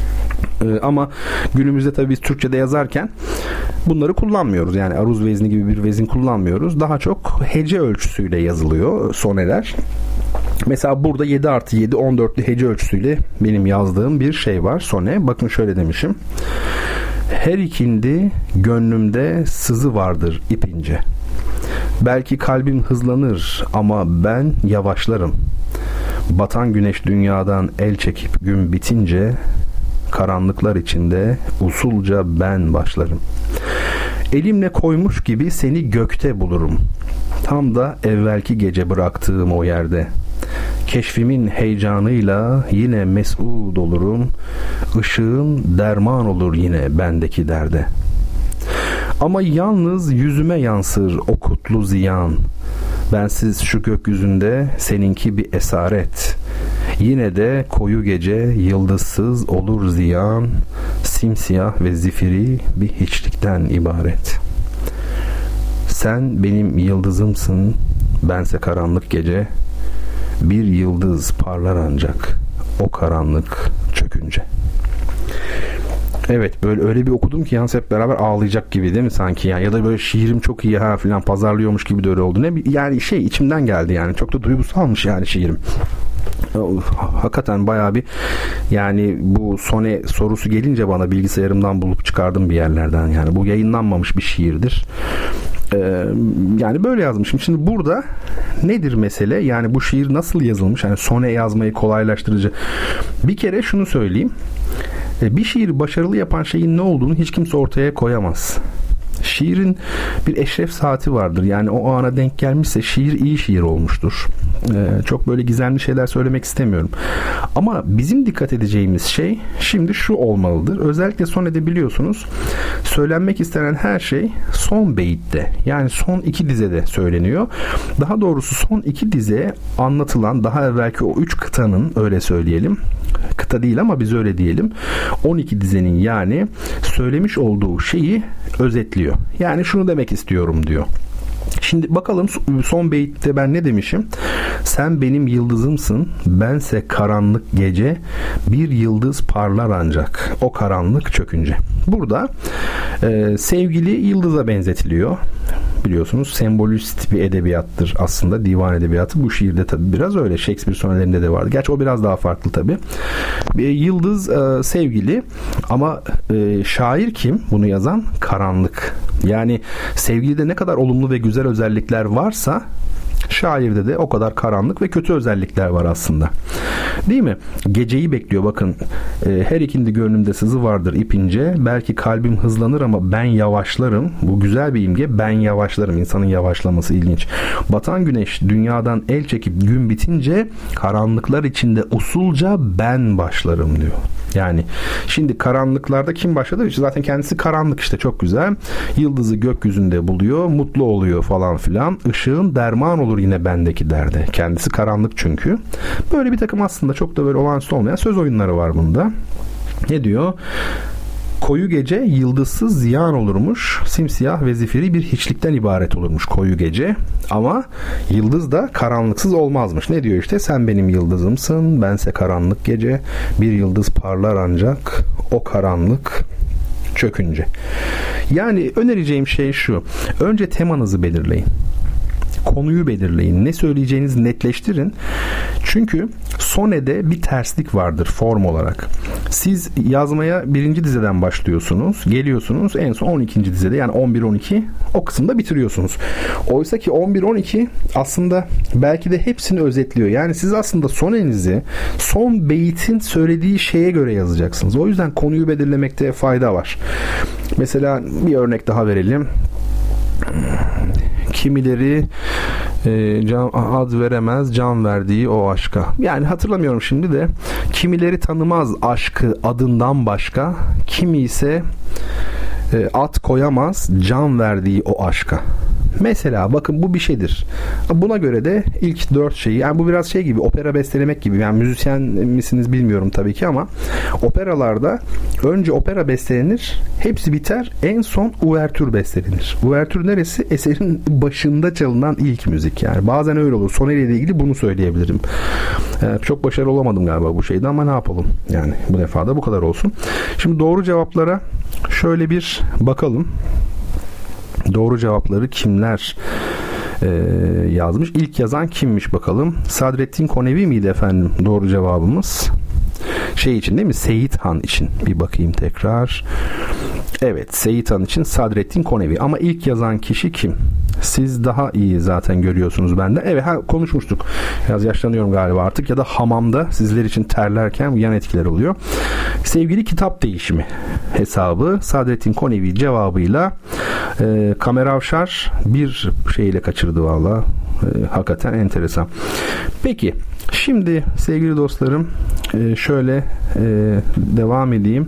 Ama günümüzde tabii biz Türkçe'de yazarken bunları kullanmıyoruz. Yani aruz vezni gibi bir vezin kullanmıyoruz. Daha çok hece ölçüsüyle yazılıyor soneler. Mesela burada 7+7 14'lü hece ölçüsüyle benim yazdığım bir şey var, sone. Bakın şöyle demişim. Her ikindi gönlümde sızı vardır ipince. Belki kalbim hızlanır ama ben yavaşlarım. Batan güneş dünyadan el çekip gün bitince karanlıklar içinde usulca ben başlarım. Elimle koymuş gibi seni gökte bulurum. Tam da evvelki gece bıraktığım o yerde. Keşfimin heyecanıyla yine mes'ud olurum. Işığın derman olur yine bendeki derde. Ama yalnız yüzüme yansır o kutlu ziyan. Bensiz şu gökyüzünde seninki bir esaret. Yine de koyu gece yıldızsız olur ziyan. Simsiyah ve zifiri bir hiçlikten ibaret. Sen benim yıldızımsın, bense karanlık gece. Bir yıldız parlar ancak o karanlık çökünce. Evet, böyle öyle bir okudum ki yalnız hep beraber ağlayacak gibi değil mi sanki yani, ya da böyle şiirim çok iyi ha filan pazarlıyormuş gibi de öyle oldu. Ne yani içimden geldi yani, çok da duygusalmış yani şiirim. Hakikaten bayağı bir, yani bu sone sorusu gelince bana bilgisayarımdan bulup çıkardım bir yerlerden, yani bu yayınlanmamış bir şiirdir. Yani böyle yazmışım. Şimdi burada nedir mesele? Yani bu şiir nasıl yazılmış? Yani sone yazmayı kolaylaştırıcı. Bir kere şunu söyleyeyim. Bir şiiri başarılı yapan şeyin ne olduğunu hiç kimse ortaya koyamaz. Şiirin bir eşref saati vardır. Yani o ana denk gelmişse şiir iyi şiir olmuştur. Çok böyle gizemli şeyler söylemek istemiyorum. Ama bizim dikkat edeceğimiz şey şimdi şu olmalıdır. Özellikle sonede biliyorsunuz söylenmek istenen her şey son beytte, yani son iki dizede söyleniyor. Daha doğrusu son iki dize anlatılan daha evvelki o 3 kıtanın, öyle söyleyelim. Kıta değil ama biz öyle diyelim. 12 dizenin yani söylemiş olduğu şeyi özetliyor. Yani şunu demek istiyorum diyor. Şimdi bakalım son beytte ben ne demişim? Sen benim yıldızımsın, bense karanlık gece, bir yıldız parlar ancak o karanlık çökünce. Burada sevgili yıldıza benzetiliyor. Biliyorsunuz sembolist bir edebiyattır aslında divan edebiyatı. Bu şiirde tabii biraz öyle. Shakespeare sonelerinde de vardı. Gerçi o biraz daha farklı tabii. Yıldız sevgili ama şair kim? Bunu yazan karanlık. Yani sevgilide ne kadar olumlu ve güzel özellikler varsa şairde de o kadar karanlık ve kötü özellikler var aslında. Değil mi? Geceyi bekliyor. Bakın her ikindi gönlümde sızı vardır ipince. Belki kalbim hızlanır ama ben yavaşlarım. Bu güzel bir imge. Ben yavaşlarım. İnsanın yavaşlaması ilginç. Batan güneş dünyadan el çekip gün bitince karanlıklar içinde usulca ben başlarım diyor. Yani şimdi karanlıklarda kim başladı? Zaten kendisi karanlık işte, çok güzel. Yıldızı gökyüzünde buluyor. Mutlu oluyor falan filan. Işığın derman olur yine bendeki derde. Kendisi karanlık çünkü. Böyle bir takım aslında çok da böyle olağanüstü olmayan söz oyunları var bunda. Ne diyor? Koyu gece yıldızsız ziyan olurmuş. Simsiyah ve zifiri bir hiçlikten ibaret olurmuş koyu gece. Ama yıldız da karanlıksız olmazmış. Ne diyor işte? Sen benim yıldızımsın, bense karanlık gece. Bir yıldız parlar ancak o karanlık çökünce. Yani önereceğim şey şu. Önce temanızı belirleyin. Konuyu belirleyin. Ne söyleyeceğinizi netleştirin. Çünkü sonede bir terslik vardır form olarak. Siz yazmaya 1. dizeden başlıyorsunuz. Geliyorsunuz en son 12. dizede, yani 11-12 o kısımda bitiriyorsunuz. Oysa ki 11-12 aslında belki de hepsini özetliyor. Yani siz aslında sonenizi son beytin söylediği şeye göre yazacaksınız. O yüzden konuyu belirlemekte fayda var. Mesela bir örnek daha verelim. Kimileri ad veremez can verdiği o aşka. Yani hatırlamıyorum şimdi de. Kimileri tanımaz aşkı adından başka. Kimi ise ad koyamaz can verdiği o aşka. Mesela bakın bu bir şeydir. Buna göre de ilk 4 şeyi, yani bu biraz şey gibi, opera bestelemek gibi. Yani müzisyen misiniz bilmiyorum tabii ki ama operalarda önce opera bestelenir, hepsi biter, en son uvertür bestelenir. Uvertür neresi? Eserin başında çalınan ilk müzik. Yani bazen öyle olur. Soneri ile ilgili bunu söyleyebilirim. Çok başarılı olamadım galiba bu şeyde ama ne yapalım? Yani bu defa da bu kadar olsun. Şimdi doğru cevaplara şöyle bir bakalım. Doğru cevapları kimler yazmış? İlk yazan kimmiş bakalım? Sadrettin Konevi miydi efendim? Doğru cevabımız. Şey için değil mi? Seyit Han için. Bir bakayım tekrar. Evet, Seyit Han için Sadrettin Konevi. Ama ilk yazan kişi kim? Siz daha iyi zaten görüyorsunuz benden. Evet, konuşmuştuk. Biraz yaşlanıyorum galiba artık, ya da hamamda sizler için terlerken yan etkiler oluyor. Sevgili kitap değişimi hesabı Sadrettin Konevi cevabıyla Kamer Avşar bir şeyle kaçırdı valla. Hakikaten enteresan. Peki, şimdi sevgili dostlarım şöyle devam edeyim.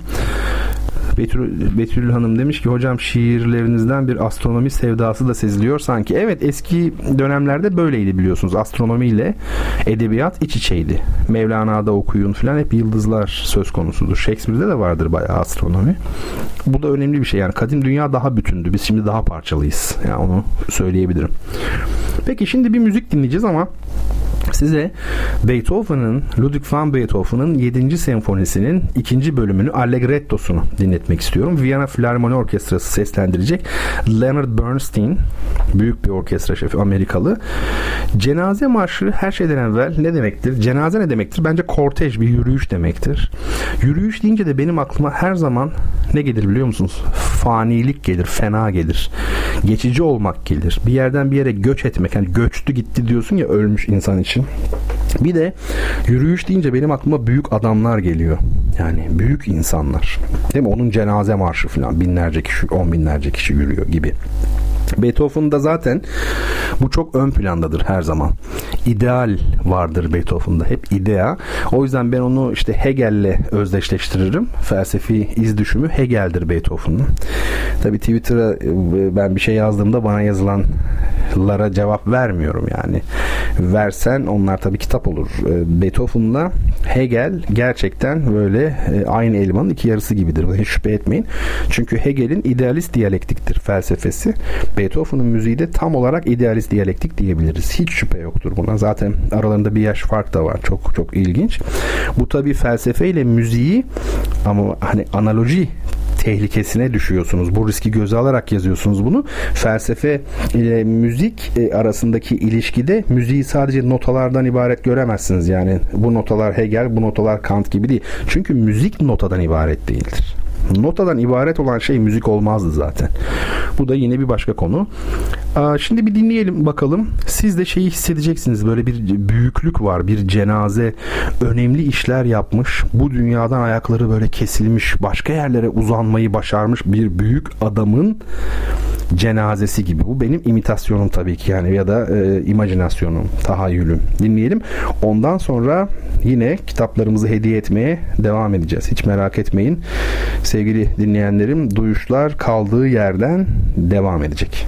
Betül Hanım demiş ki hocam şiirlerinizden bir astronomi sevdası da seziliyor sanki. Evet, eski dönemlerde böyleydi biliyorsunuz. Astronomiyle edebiyat iç içeydi. Mevlana'da okuyun falan, hep yıldızlar söz konusudur. Shakespeare'de de vardır bayağı astronomi. Bu da önemli bir şey. Yani kadim dünya daha bütündü. Biz şimdi daha parçalıyız. Yani onu söyleyebilirim. Peki, şimdi bir müzik dinleyeceğiz ama size Ludwig van Beethoven'ın 7. senfonisinin 2. bölümünü, Allegretto'sunu dinletmek istiyorum. Viyana Filarmoni Orkestrası seslendirecek. Leonard Bernstein, büyük bir orkestra şefi, Amerikalı. Cenaze marşı her şeyden evvel ne demektir? Cenaze ne demektir? Bence kortej, bir yürüyüş demektir. Yürüyüş deyince de benim aklıma her zaman ne gelir biliyor musunuz? Fanilik gelir, fena gelir. Geçici olmak gelir. Bir yerden bir yere göç etmek. Yani göçtü gitti diyorsun ya, ölmüş insan için. Bir de yürüyüş deyince benim aklıma büyük adamlar geliyor. Yani büyük insanlar. Değil mi? Onun cenaze marşı falan. Binlerce kişi, 10 binlerce kişi yürüyor gibi. Beethoven'da zaten bu çok ön plandadır her zaman. İdeal vardır Beethoven'da. Hep idea. O yüzden ben onu işte Hegel'le özdeşleştiririm. Felsefi iz düşümü Hegel'dir Beethoven'ın. Tabii Twitter'a ben bir şey yazdığımda bana yazılanlara cevap vermiyorum yani. Versen onlar tabii kitap olur. Beethoven'la Hegel gerçekten böyle aynı elmanın iki yarısı gibidir. Hiç şüphe etmeyin. Çünkü Hegel'in idealist diyalektiktir felsefesi. Beethoven'ın müziği de tam olarak idealist diyalektik diyebiliriz. Hiç şüphe yoktur buna. Zaten aralarında bir yaş fark da var. Çok çok ilginç. Bu tabii felsefeyle müziği, ama hani analoji tehlikesine düşüyorsunuz. Bu riski göze alarak yazıyorsunuz bunu. Felsefe ile müzik arasındaki ilişkide müziği sadece notalardan ibaret göremezsiniz. Yani bu notalar Hegel, bu notalar Kant gibi değil. Çünkü müzik notadan ibaret değildir. Notadan ibaret olan şey müzik olmazdı zaten. Bu da yine bir başka konu. Şimdi bir dinleyelim bakalım. Siz de şeyi hissedeceksiniz. Böyle bir büyüklük var. Bir cenaze önemli işler yapmış. Bu dünyadan ayakları böyle kesilmiş. Başka yerlere uzanmayı başarmış bir büyük adamın cenazesi gibi. Bu benim imitasyonum tabii ki yani, ya da imajinasyonum, tahayyülüm. Dinleyelim. Ondan sonra yine kitaplarımızı hediye etmeye devam edeceğiz. Hiç merak etmeyin. Sevgili dinleyenlerim, duyuşlar kaldığı yerden devam edecek.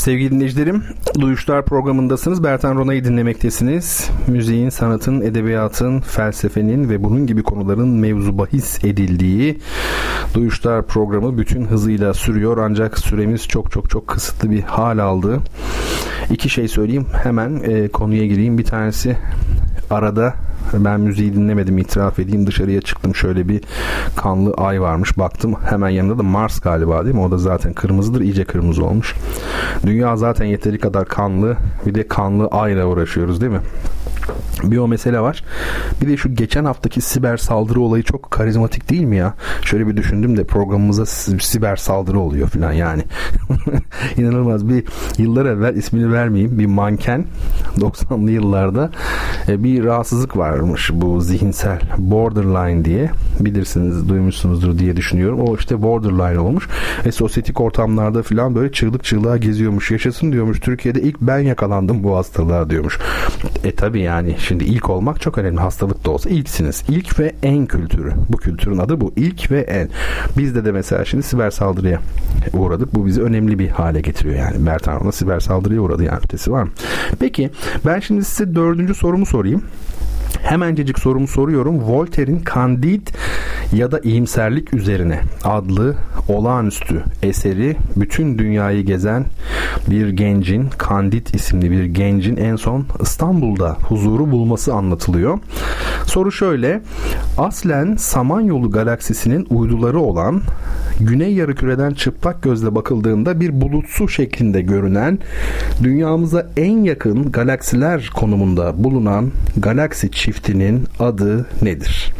Sevgili dinleyicilerim, Duyuşlar programındasınız. Bertan Rona'yı dinlemektesiniz. Müziğin, sanatın, edebiyatın, felsefenin ve bunun gibi konuların mevzu bahis edildiği Duyuşlar programı bütün hızıyla sürüyor. Ancak süremiz çok kısıtlı bir hal aldı. İki şey söyleyeyim. Hemen konuya gireyim. Bir tanesi, arada ben müziği dinlemedim, itiraf edeyim. Dışarıya çıktım, şöyle bir kanlı ay varmış. Baktım, hemen yanında da Mars galiba, değil mi? O da zaten kırmızıdır. İyice kırmızı olmuş. Dünya zaten yeteri kadar kanlı. Bir de kanlı ayla uğraşıyoruz, değil mi? Bir o mesele var. Bir de şu geçen haftaki siber saldırı olayı çok karizmatik değil mi ya? Şöyle bir düşündüm de programımıza siber saldırı oluyor falan yani. İnanılmaz. Bir yıllar evvel, ismini vermeyeyim, bir manken 90'lı yıllarda bir rahatsızlık varmış, bu zihinsel borderline diye, bilirsiniz, duymuşsunuzdur diye düşünüyorum. O işte borderline olmuş ve sosyetik ortamlarda falan böyle çığlık çığlığa geziyormuş. Yaşasın diyormuş, Türkiye'de ilk ben yakalandım bu hastalığa diyormuş. Tabii yani şimdi ilk olmak çok önemli, hastalık da olsa ilksiniz. İlk ve en kültürü. Bu kültürün adı bu. İlk ve en. Bizde de mesela şimdi siber saldırıya uğradık. Bu bizi önemli bir hale getiriyor yani. Bertan Rona siber saldırıya uğradı, yani ötesi var mı? Peki ben şimdi size 4. sorumu sorayım. Hemencecik sorumu soruyorum. Voltaire'in Candide ya da iyimserlik üzerine adlı olağanüstü eseri bütün dünyayı gezen bir gencin, Candide isimli bir gencin en son İstanbul'da huzuru bulması anlatılıyor. Soru şöyle: aslen Samanyolu galaksisinin uyduları olan, güney yarımküreden çıplak gözle bakıldığında bir bulutsu şeklinde görünen, dünyamıza en yakın galaksiler konumunda bulunan galaksi çiftinin adı nedir?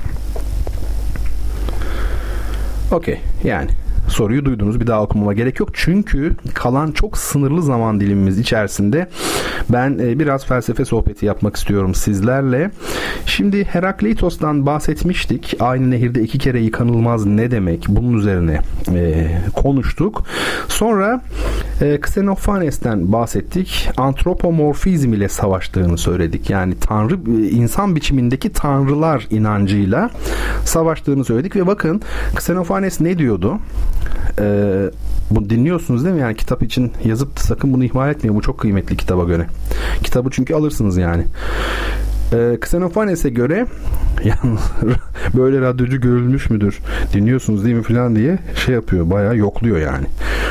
Okey, yani soruyu duydunuz, bir daha okumama gerek yok. Çünkü kalan çok sınırlı zaman dilimimiz içerisinde ben biraz felsefe sohbeti yapmak istiyorum sizlerle. Şimdi Herakleitos'tan bahsetmiştik. Aynı nehirde 2 kere yıkanılmaz ne demek? Bunun üzerine konuştuk. Sonra Xenophanes'ten bahsettik. Antropomorfizm ile savaştığını söyledik. Yani tanrı, insan biçimindeki tanrılar inancıyla savaştığını söyledik ve bakın Xenophanes ne diyordu? Bu dinliyorsunuz değil mi? Yani kitap için yazıp sakın bunu ihmal etmeyin. Bu çok kıymetli kitaba göre. Kitabı çünkü alırsınız yani. Xenophanes'e göre yani böyle radyocu görülmüş müdür? Dinliyorsunuz değil mi falan diye şey yapıyor. Bayağı yokluyor yani.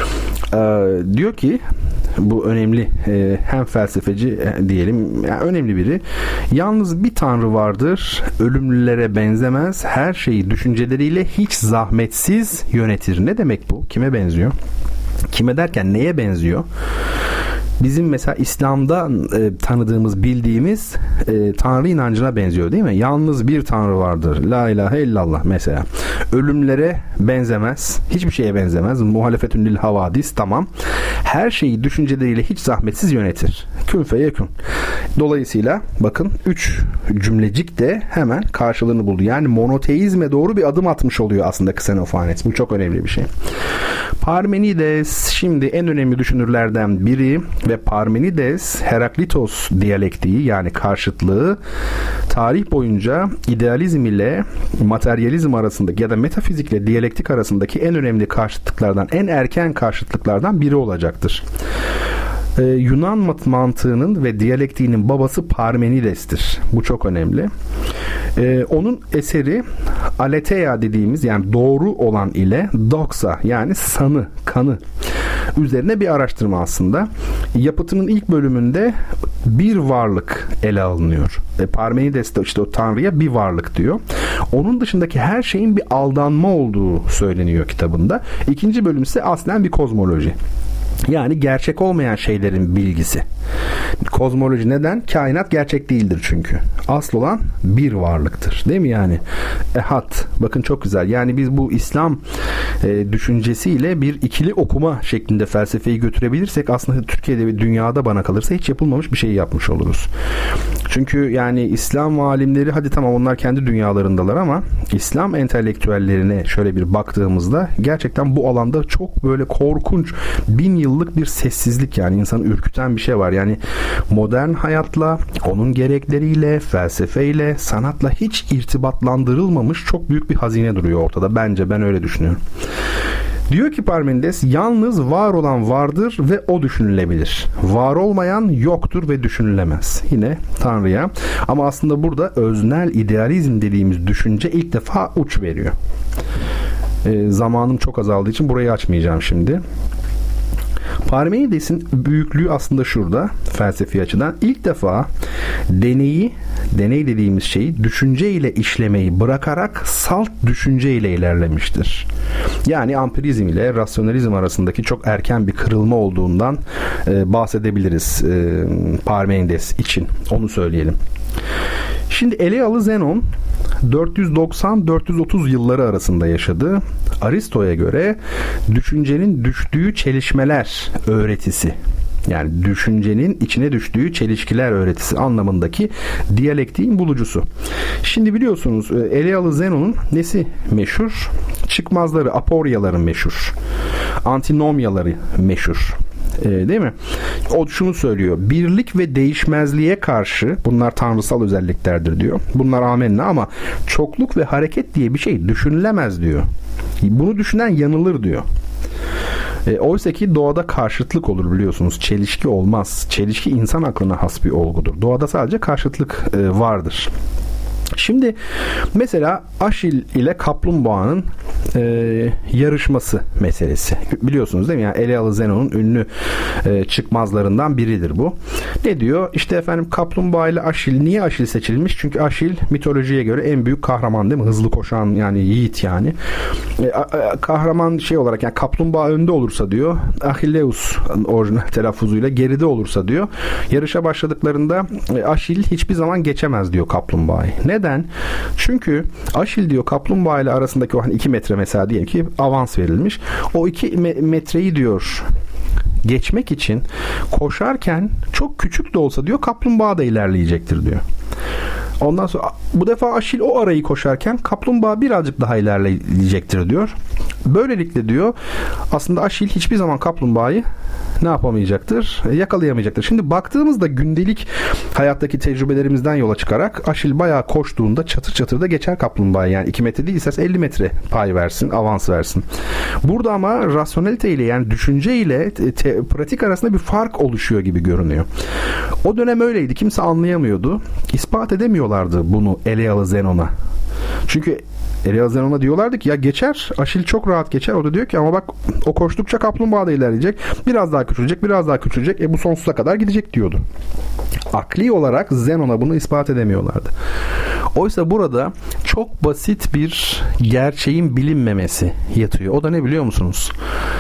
Diyor ki, bu önemli hem felsefeci diyelim, yani önemli biri. Yalnız bir tanrı vardır, ölümlülere benzemez, her şeyi düşünceleriyle hiç zahmetsiz yönetir. Ne demek bu? Kime benziyor? Kime derken neye benziyor? Bizim mesela İslam'da tanıdığımız, bildiğimiz Tanrı inancına benziyor değil mi? Yalnız bir Tanrı vardır. La ilahe illallah mesela. Ölümlere benzemez. Hiçbir şeye benzemez. Muhalefetün lil havadis, tamam. Her şeyi düşünceleriyle hiç zahmetsiz yönetir. Kün feyekün. Dolayısıyla bakın 3 cümlecik de hemen karşılığını buldu. Yani monoteizme doğru bir adım atmış oluyor aslında Xenophanes. Bu çok önemli bir şey. Parmenides şimdi en önemli düşünürlerden biri ve Parmenides Heraklitos diyalektiği, yani karşıtlığı, tarih boyunca idealizm ile materyalizm arasındaki ya da metafizikle diyalektik arasındaki en önemli karşıtlıklardan, en erken karşıtlıklardan biri olacaktır. Yunan mantığının ve diyalektiğinin babası Parmenides'tir. Bu çok önemli. Onun eseri aletheia dediğimiz, yani doğru olan ile doxa, yani sanı, kanı üzerine bir araştırma aslında. Yapıtının ilk bölümünde bir varlık ele alınıyor. Parmenides de işte o tanrıya bir varlık diyor. Onun dışındaki her şeyin bir aldanma olduğu söyleniyor kitabında. İkinci bölüm ise aslen bir kozmoloji. Yani gerçek olmayan şeylerin bilgisi. Kozmoloji neden? Kainat gerçek değildir çünkü. Asıl olan bir varlıktır. Değil mi yani? Ehad. Bakın çok güzel. Yani biz bu İslam düşüncesiyle bir ikili okuma şeklinde felsefeyi götürebilirsek aslında Türkiye'de ve dünyada bana kalırsa hiç yapılmamış bir şey yapmış oluruz. Çünkü yani İslam alimleri, hadi tamam onlar kendi dünyalarındalar ama İslam entelektüellerine şöyle bir baktığımızda gerçekten bu alanda çok böyle korkunç 1000 yıllık bir sessizlik, yani insanı ürküten bir şey var. Yani modern hayatla, onun gerekleriyle, felsefeyle, sanatla hiç irtibatlandırılmamış çok büyük bir hazine duruyor ortada. Bence, ben öyle düşünüyorum. Diyor ki Parmenides, yalnız var olan vardır ve o düşünülebilir. Var olmayan yoktur ve düşünülemez. Yine Tanrı'ya. Ama aslında burada öznel idealizm dediğimiz düşünce ilk defa uç veriyor. Zamanım çok azaldığı için burayı açmayacağım şimdi. Parmenides'in büyüklüğü aslında şurada felsefi açıdan. İlk defa deney dediğimiz şeyi düşünce ile işlemeyi bırakarak salt düşünce ile ilerlemiştir. Yani ampirizm ile rasyonalizm arasındaki çok erken bir kırılma olduğundan bahsedebiliriz Parmenides için. Onu söyleyelim. Şimdi Elealı Zenon 490-430 yılları arasında yaşadı. Aristo'ya göre düşüncenin düştüğü çelişmeler öğretisi, yani düşüncenin içine düştüğü çelişkiler öğretisi anlamındaki diyalektiğin bulucusu. Şimdi biliyorsunuz Elealı Zenon'un nesi meşhur? Çıkmazları, aporyaları meşhur. Antinomyaları meşhur. Değil mi? O şunu söylüyor. Birlik ve değişmezliğe karşı, bunlar tanrısal özelliklerdir diyor. Bunlar amenna, ama çokluk ve hareket diye bir şey düşünülemez diyor. Bunu düşünen yanılır diyor. Oysa ki doğada karşıtlık olur biliyorsunuz. Çelişki olmaz. Çelişki insan aklına has bir olgudur. Doğada sadece karşıtlık vardır. Şimdi mesela Aşil ile kaplumbağanın yarışması meselesi. Biliyorsunuz değil mi? Yani Elealı Zenon'un ünlü çıkmazlarından biridir bu. Ne diyor? İşte efendim kaplumbağa ile Aşil. Niye Aşil seçilmiş? Çünkü Aşil mitolojiye göre en büyük kahraman değil mi? Hızlı koşan, yani yiğit yani. Kahraman şey olarak, yani kaplumbağa önde olursa diyor, Achilleus orijinal telaffuzuyla geride olursa diyor, yarışa başladıklarında Aşil hiçbir zaman geçemez diyor kaplumbağayı. Neden? Çünkü Aşil diyor kaplumbağa ile arasındaki o hani 2 metre mesela diyelim ki avans verilmiş. O 2 metreyi diyor geçmek için koşarken çok küçük de olsa diyor kaplumbağa da ilerleyecektir diyor. Ondan sonra bu defa Aşil o arayı koşarken kaplumbağa birazcık daha ilerleyecektir diyor. Böylelikle diyor aslında Aşil hiçbir zaman kaplumbağayı ne yapamayacaktır? Yakalayamayacaktır. Şimdi baktığımızda gündelik hayattaki tecrübelerimizden yola çıkarak Aşil bayağı koştuğunda çatır çatır da geçer kaplumbağayı. Yani 2 metre değil, isterse 50 metre pay versin, avans versin. Burada ama rasyonelite ile, yani düşünce ile pratik arasında bir fark oluşuyor gibi görünüyor. O dönem öyleydi. Kimse anlayamıyordu. İspat edemiyorlardı bunu Elealı Zenon'a. Çünkü Elealı Zenon'a diyorlardı ki ya geçer, Aşil çok rahat geçer. O da diyor ki ama bak o koştukça kaplumbağa da ilerleyecek. Biraz daha küçülecek, biraz daha küçülecek. Bu sonsuza kadar gidecek diyordu. Akli olarak Zenon'a bunu ispat edemiyorlardı. Oysa burada çok basit bir gerçeğin bilinmemesi yatıyor. O da ne biliyor musunuz?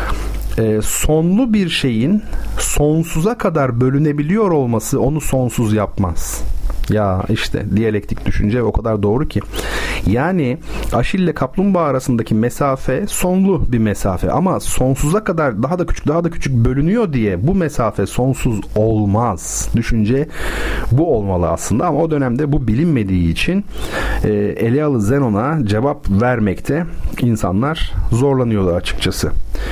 Sonlu bir şeyin sonsuza kadar bölünebiliyor olması onu sonsuz yapmaz. Ya işte diyalektik düşünce o kadar doğru ki. Yani Aşil ile kaplumbağa arasındaki mesafe sonlu bir mesafe ama sonsuza kadar daha da küçük daha da küçük bölünüyor diye bu mesafe sonsuz olmaz. Düşünce bu olmalı aslında ama o dönemde bu bilinmediği için Elealı Zenon'a cevap vermekte insanlar zorlanıyorlar açıkçası.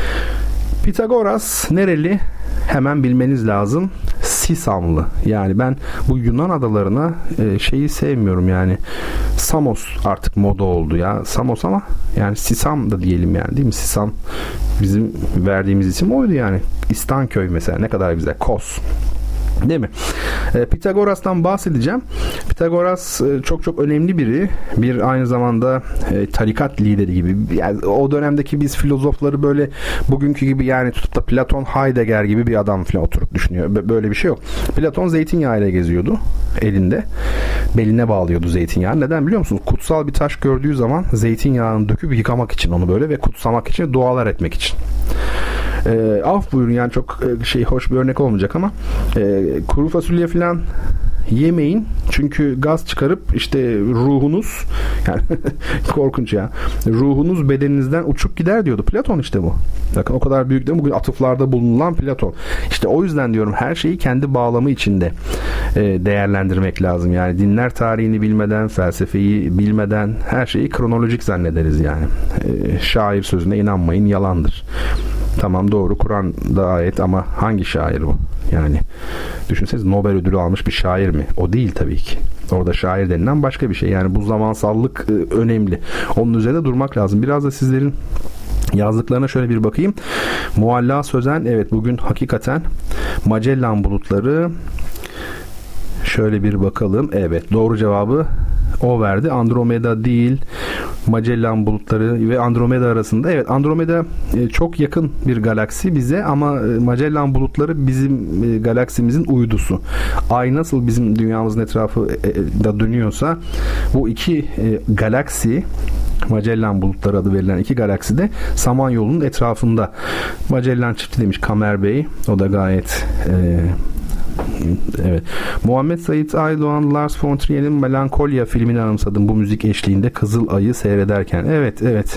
Pitagoras nereli? Hemen bilmeniz lazım. Sisamlı. Yani ben bu Yunan adalarına şeyi sevmiyorum yani. Samos artık moda oldu ya. Samos ama yani Sisam da diyelim yani, değil mi? Sisam bizim verdiğimiz isim oydu yani. İstanköy mesela ne kadar güzel. Kos. Değil mi? Pitagoras'tan bahsedeceğim. Pitagoras çok çok önemli biri. Bir aynı zamanda tarikat lideri gibi. Yani o dönemdeki biz filozofları böyle bugünkü gibi yani tutup da Platon, Heidegger gibi bir adam falan oturup düşünüyor. Böyle bir şey yok. Platon zeytinyağıyla geziyordu elinde. Beline bağlıyordu zeytinyağı. Neden biliyor musunuz? Kutsal bir taş gördüğü zaman zeytinyağını döküp yıkamak için onu böyle ve kutsamak için, dualar etmek için. Af buyurun yani çok hoş bir örnek olmayacak ama kuru fasulye falan yemeyin çünkü gaz çıkarıp işte ruhunuz yani korkunç ya, ruhunuz bedeninizden uçup gider diyordu Platon. İşte bu. Bakın o kadar büyük de bugün atıflarda bulunan Platon. İşte o yüzden diyorum her şeyi kendi bağlamı içinde değerlendirmek lazım. Yani dinler tarihini bilmeden, felsefeyi bilmeden her şeyi kronolojik zannederiz yani. Şair sözüne inanmayın, yalandır. Tamam doğru, Kur'an'da ayet ama hangi şair bu? Yani düşünseniz Nobel ödülü almış bir şair mi? O değil tabii ki. Orada şair denilen başka bir şey. Yani bu zamansallık önemli. Onun üzerinde durmak lazım. Biraz da sizlerin Yazdıklarına şöyle bir bakayım. Mualla Sözen, evet bugün hakikaten Magellan bulutları. Şöyle bir bakalım. Evet, doğru cevabı o verdi. Andromeda değil, Magellan bulutları ve Andromeda arasında. Evet, Andromeda çok yakın bir galaksi bize ama Magellan bulutları bizim galaksimizin uydusu. Ay nasıl bizim dünyamızın etrafı da dönüyorsa bu iki galaksi, Magellan bulutları adı verilen iki galaksi de Samanyolu'nun etrafında. Magellan çifti demiş Kamer Bey. O da gayet evet. Muhammed Sait Aydoğan, Lars von Trier'in Melankolya filmini anımsadım bu müzik eşliğinde Kızıl Ay'ı seyrederken. Evet.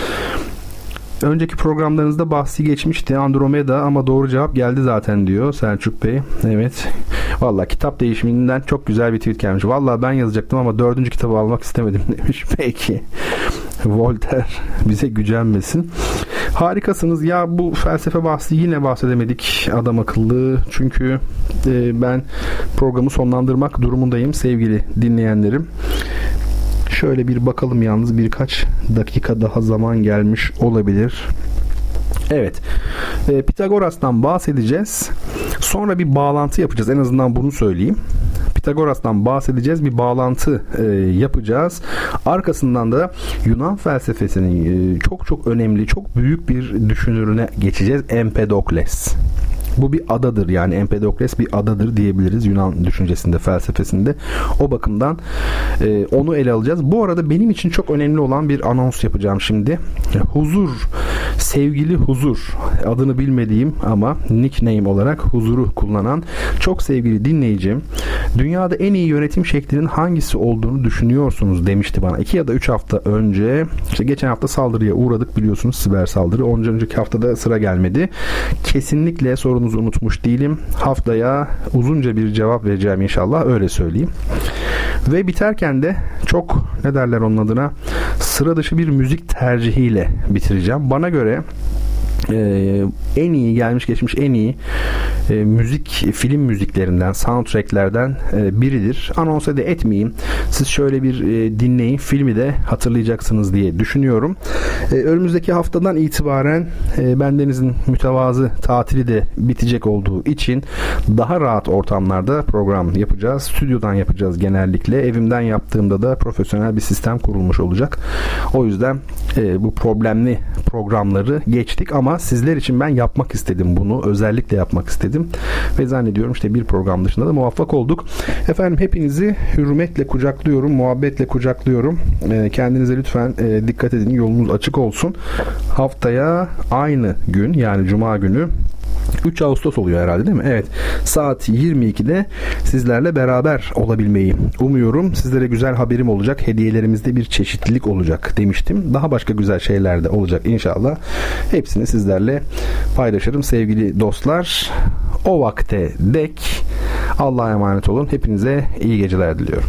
Önceki programlarınızda bahsi geçmişti Andromeda ama doğru cevap geldi zaten diyor Selçuk Bey. Evet. Valla kitap değişiminden çok güzel bir tweet gelmiş. Valla ben yazacaktım ama 4. kitabı almak istemedim demiş. Peki. Voltaire bize gücenmesin. Harikasınız. Ya bu felsefe bahsi yine bahsedemedik adam akıllı. Çünkü ben programı sonlandırmak durumundayım sevgili dinleyenlerim. Şöyle bir bakalım, yalnız birkaç dakika daha zaman gelmiş olabilir. Evet. Pitagoras'tan bahsedeceğiz. Sonra bir bağlantı yapacağız. En azından bunu söyleyeyim. Pitagoras'tan bahsedeceğiz. Bir bağlantı yapacağız. Arkasından da Yunan felsefesinin çok önemli, çok büyük bir düşünürüne geçeceğiz. Empedokles. Bu bir adadır, yani Empedokles bir adadır diyebiliriz Yunan düşüncesinde, felsefesinde. O bakımdan onu ele alacağız. Bu arada benim için çok önemli olan bir anons yapacağım şimdi. Huzur, sevgili Huzur, adını bilmediğim ama nickname olarak Huzur'u kullanan çok sevgili dinleyicim, dünyada en iyi yönetim şeklinin hangisi olduğunu düşünüyorsunuz demişti bana 2 ya da 3 hafta önce. İşte geçen hafta saldırıya uğradık biliyorsunuz, siber saldırı. Ondan önceki haftada sıra gelmedi. Kesinlikle sorunuzu unutmuş değilim. Haftaya uzunca bir cevap vereceğim inşallah, öyle söyleyeyim. Ve biterken de çok, ne derler onun adına, sıra dışı bir müzik tercihiyle bitireceğim. Bana göre en iyi, gelmiş geçmiş en iyi müzik, film müziklerinden, soundtracklerden biridir. Anons da etmeyeyim. Siz şöyle bir dinleyin. Filmi de hatırlayacaksınız diye düşünüyorum. Önümüzdeki haftadan itibaren bendenizin mütevazı tatili de bitecek olduğu için daha rahat ortamlarda program yapacağız. Stüdyodan yapacağız genellikle. Evimden yaptığımda da profesyonel bir sistem kurulmuş olacak. O yüzden bu problemli programları geçtik ama sizler için ben yapmak istedim bunu. Özellikle yapmak istedim. Ve zannediyorum işte bir program dışında da muvaffak olduk. Efendim hepinizi hürmetle kucaklıyorum, muhabbetle kucaklıyorum. Kendinize lütfen dikkat edin. Yolunuz açık olsun. Haftaya aynı gün, yani Cuma günü 3 Ağustos oluyor herhalde değil mi? Evet. Saat 22'de sizlerle beraber olabilmeyi umuyorum. Sizlere güzel haberim olacak. Hediyelerimizde bir çeşitlilik olacak demiştim. Daha başka güzel şeyler de olacak inşallah. Hepsini sizlerle paylaşırım sevgili dostlar. O vakte dek Allah'a emanet olun. Hepinize iyi geceler diliyorum.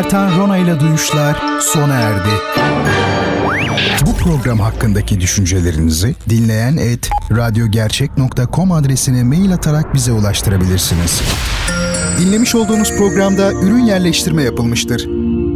Ertan Rona ile Duyuşlar sona erdi. Bu program hakkındaki düşüncelerinizi dinleyen@radyogercek.com adresine mail atarak bize ulaştırabilirsiniz. Dinlemiş olduğunuz programda ürün yerleştirme yapılmıştır.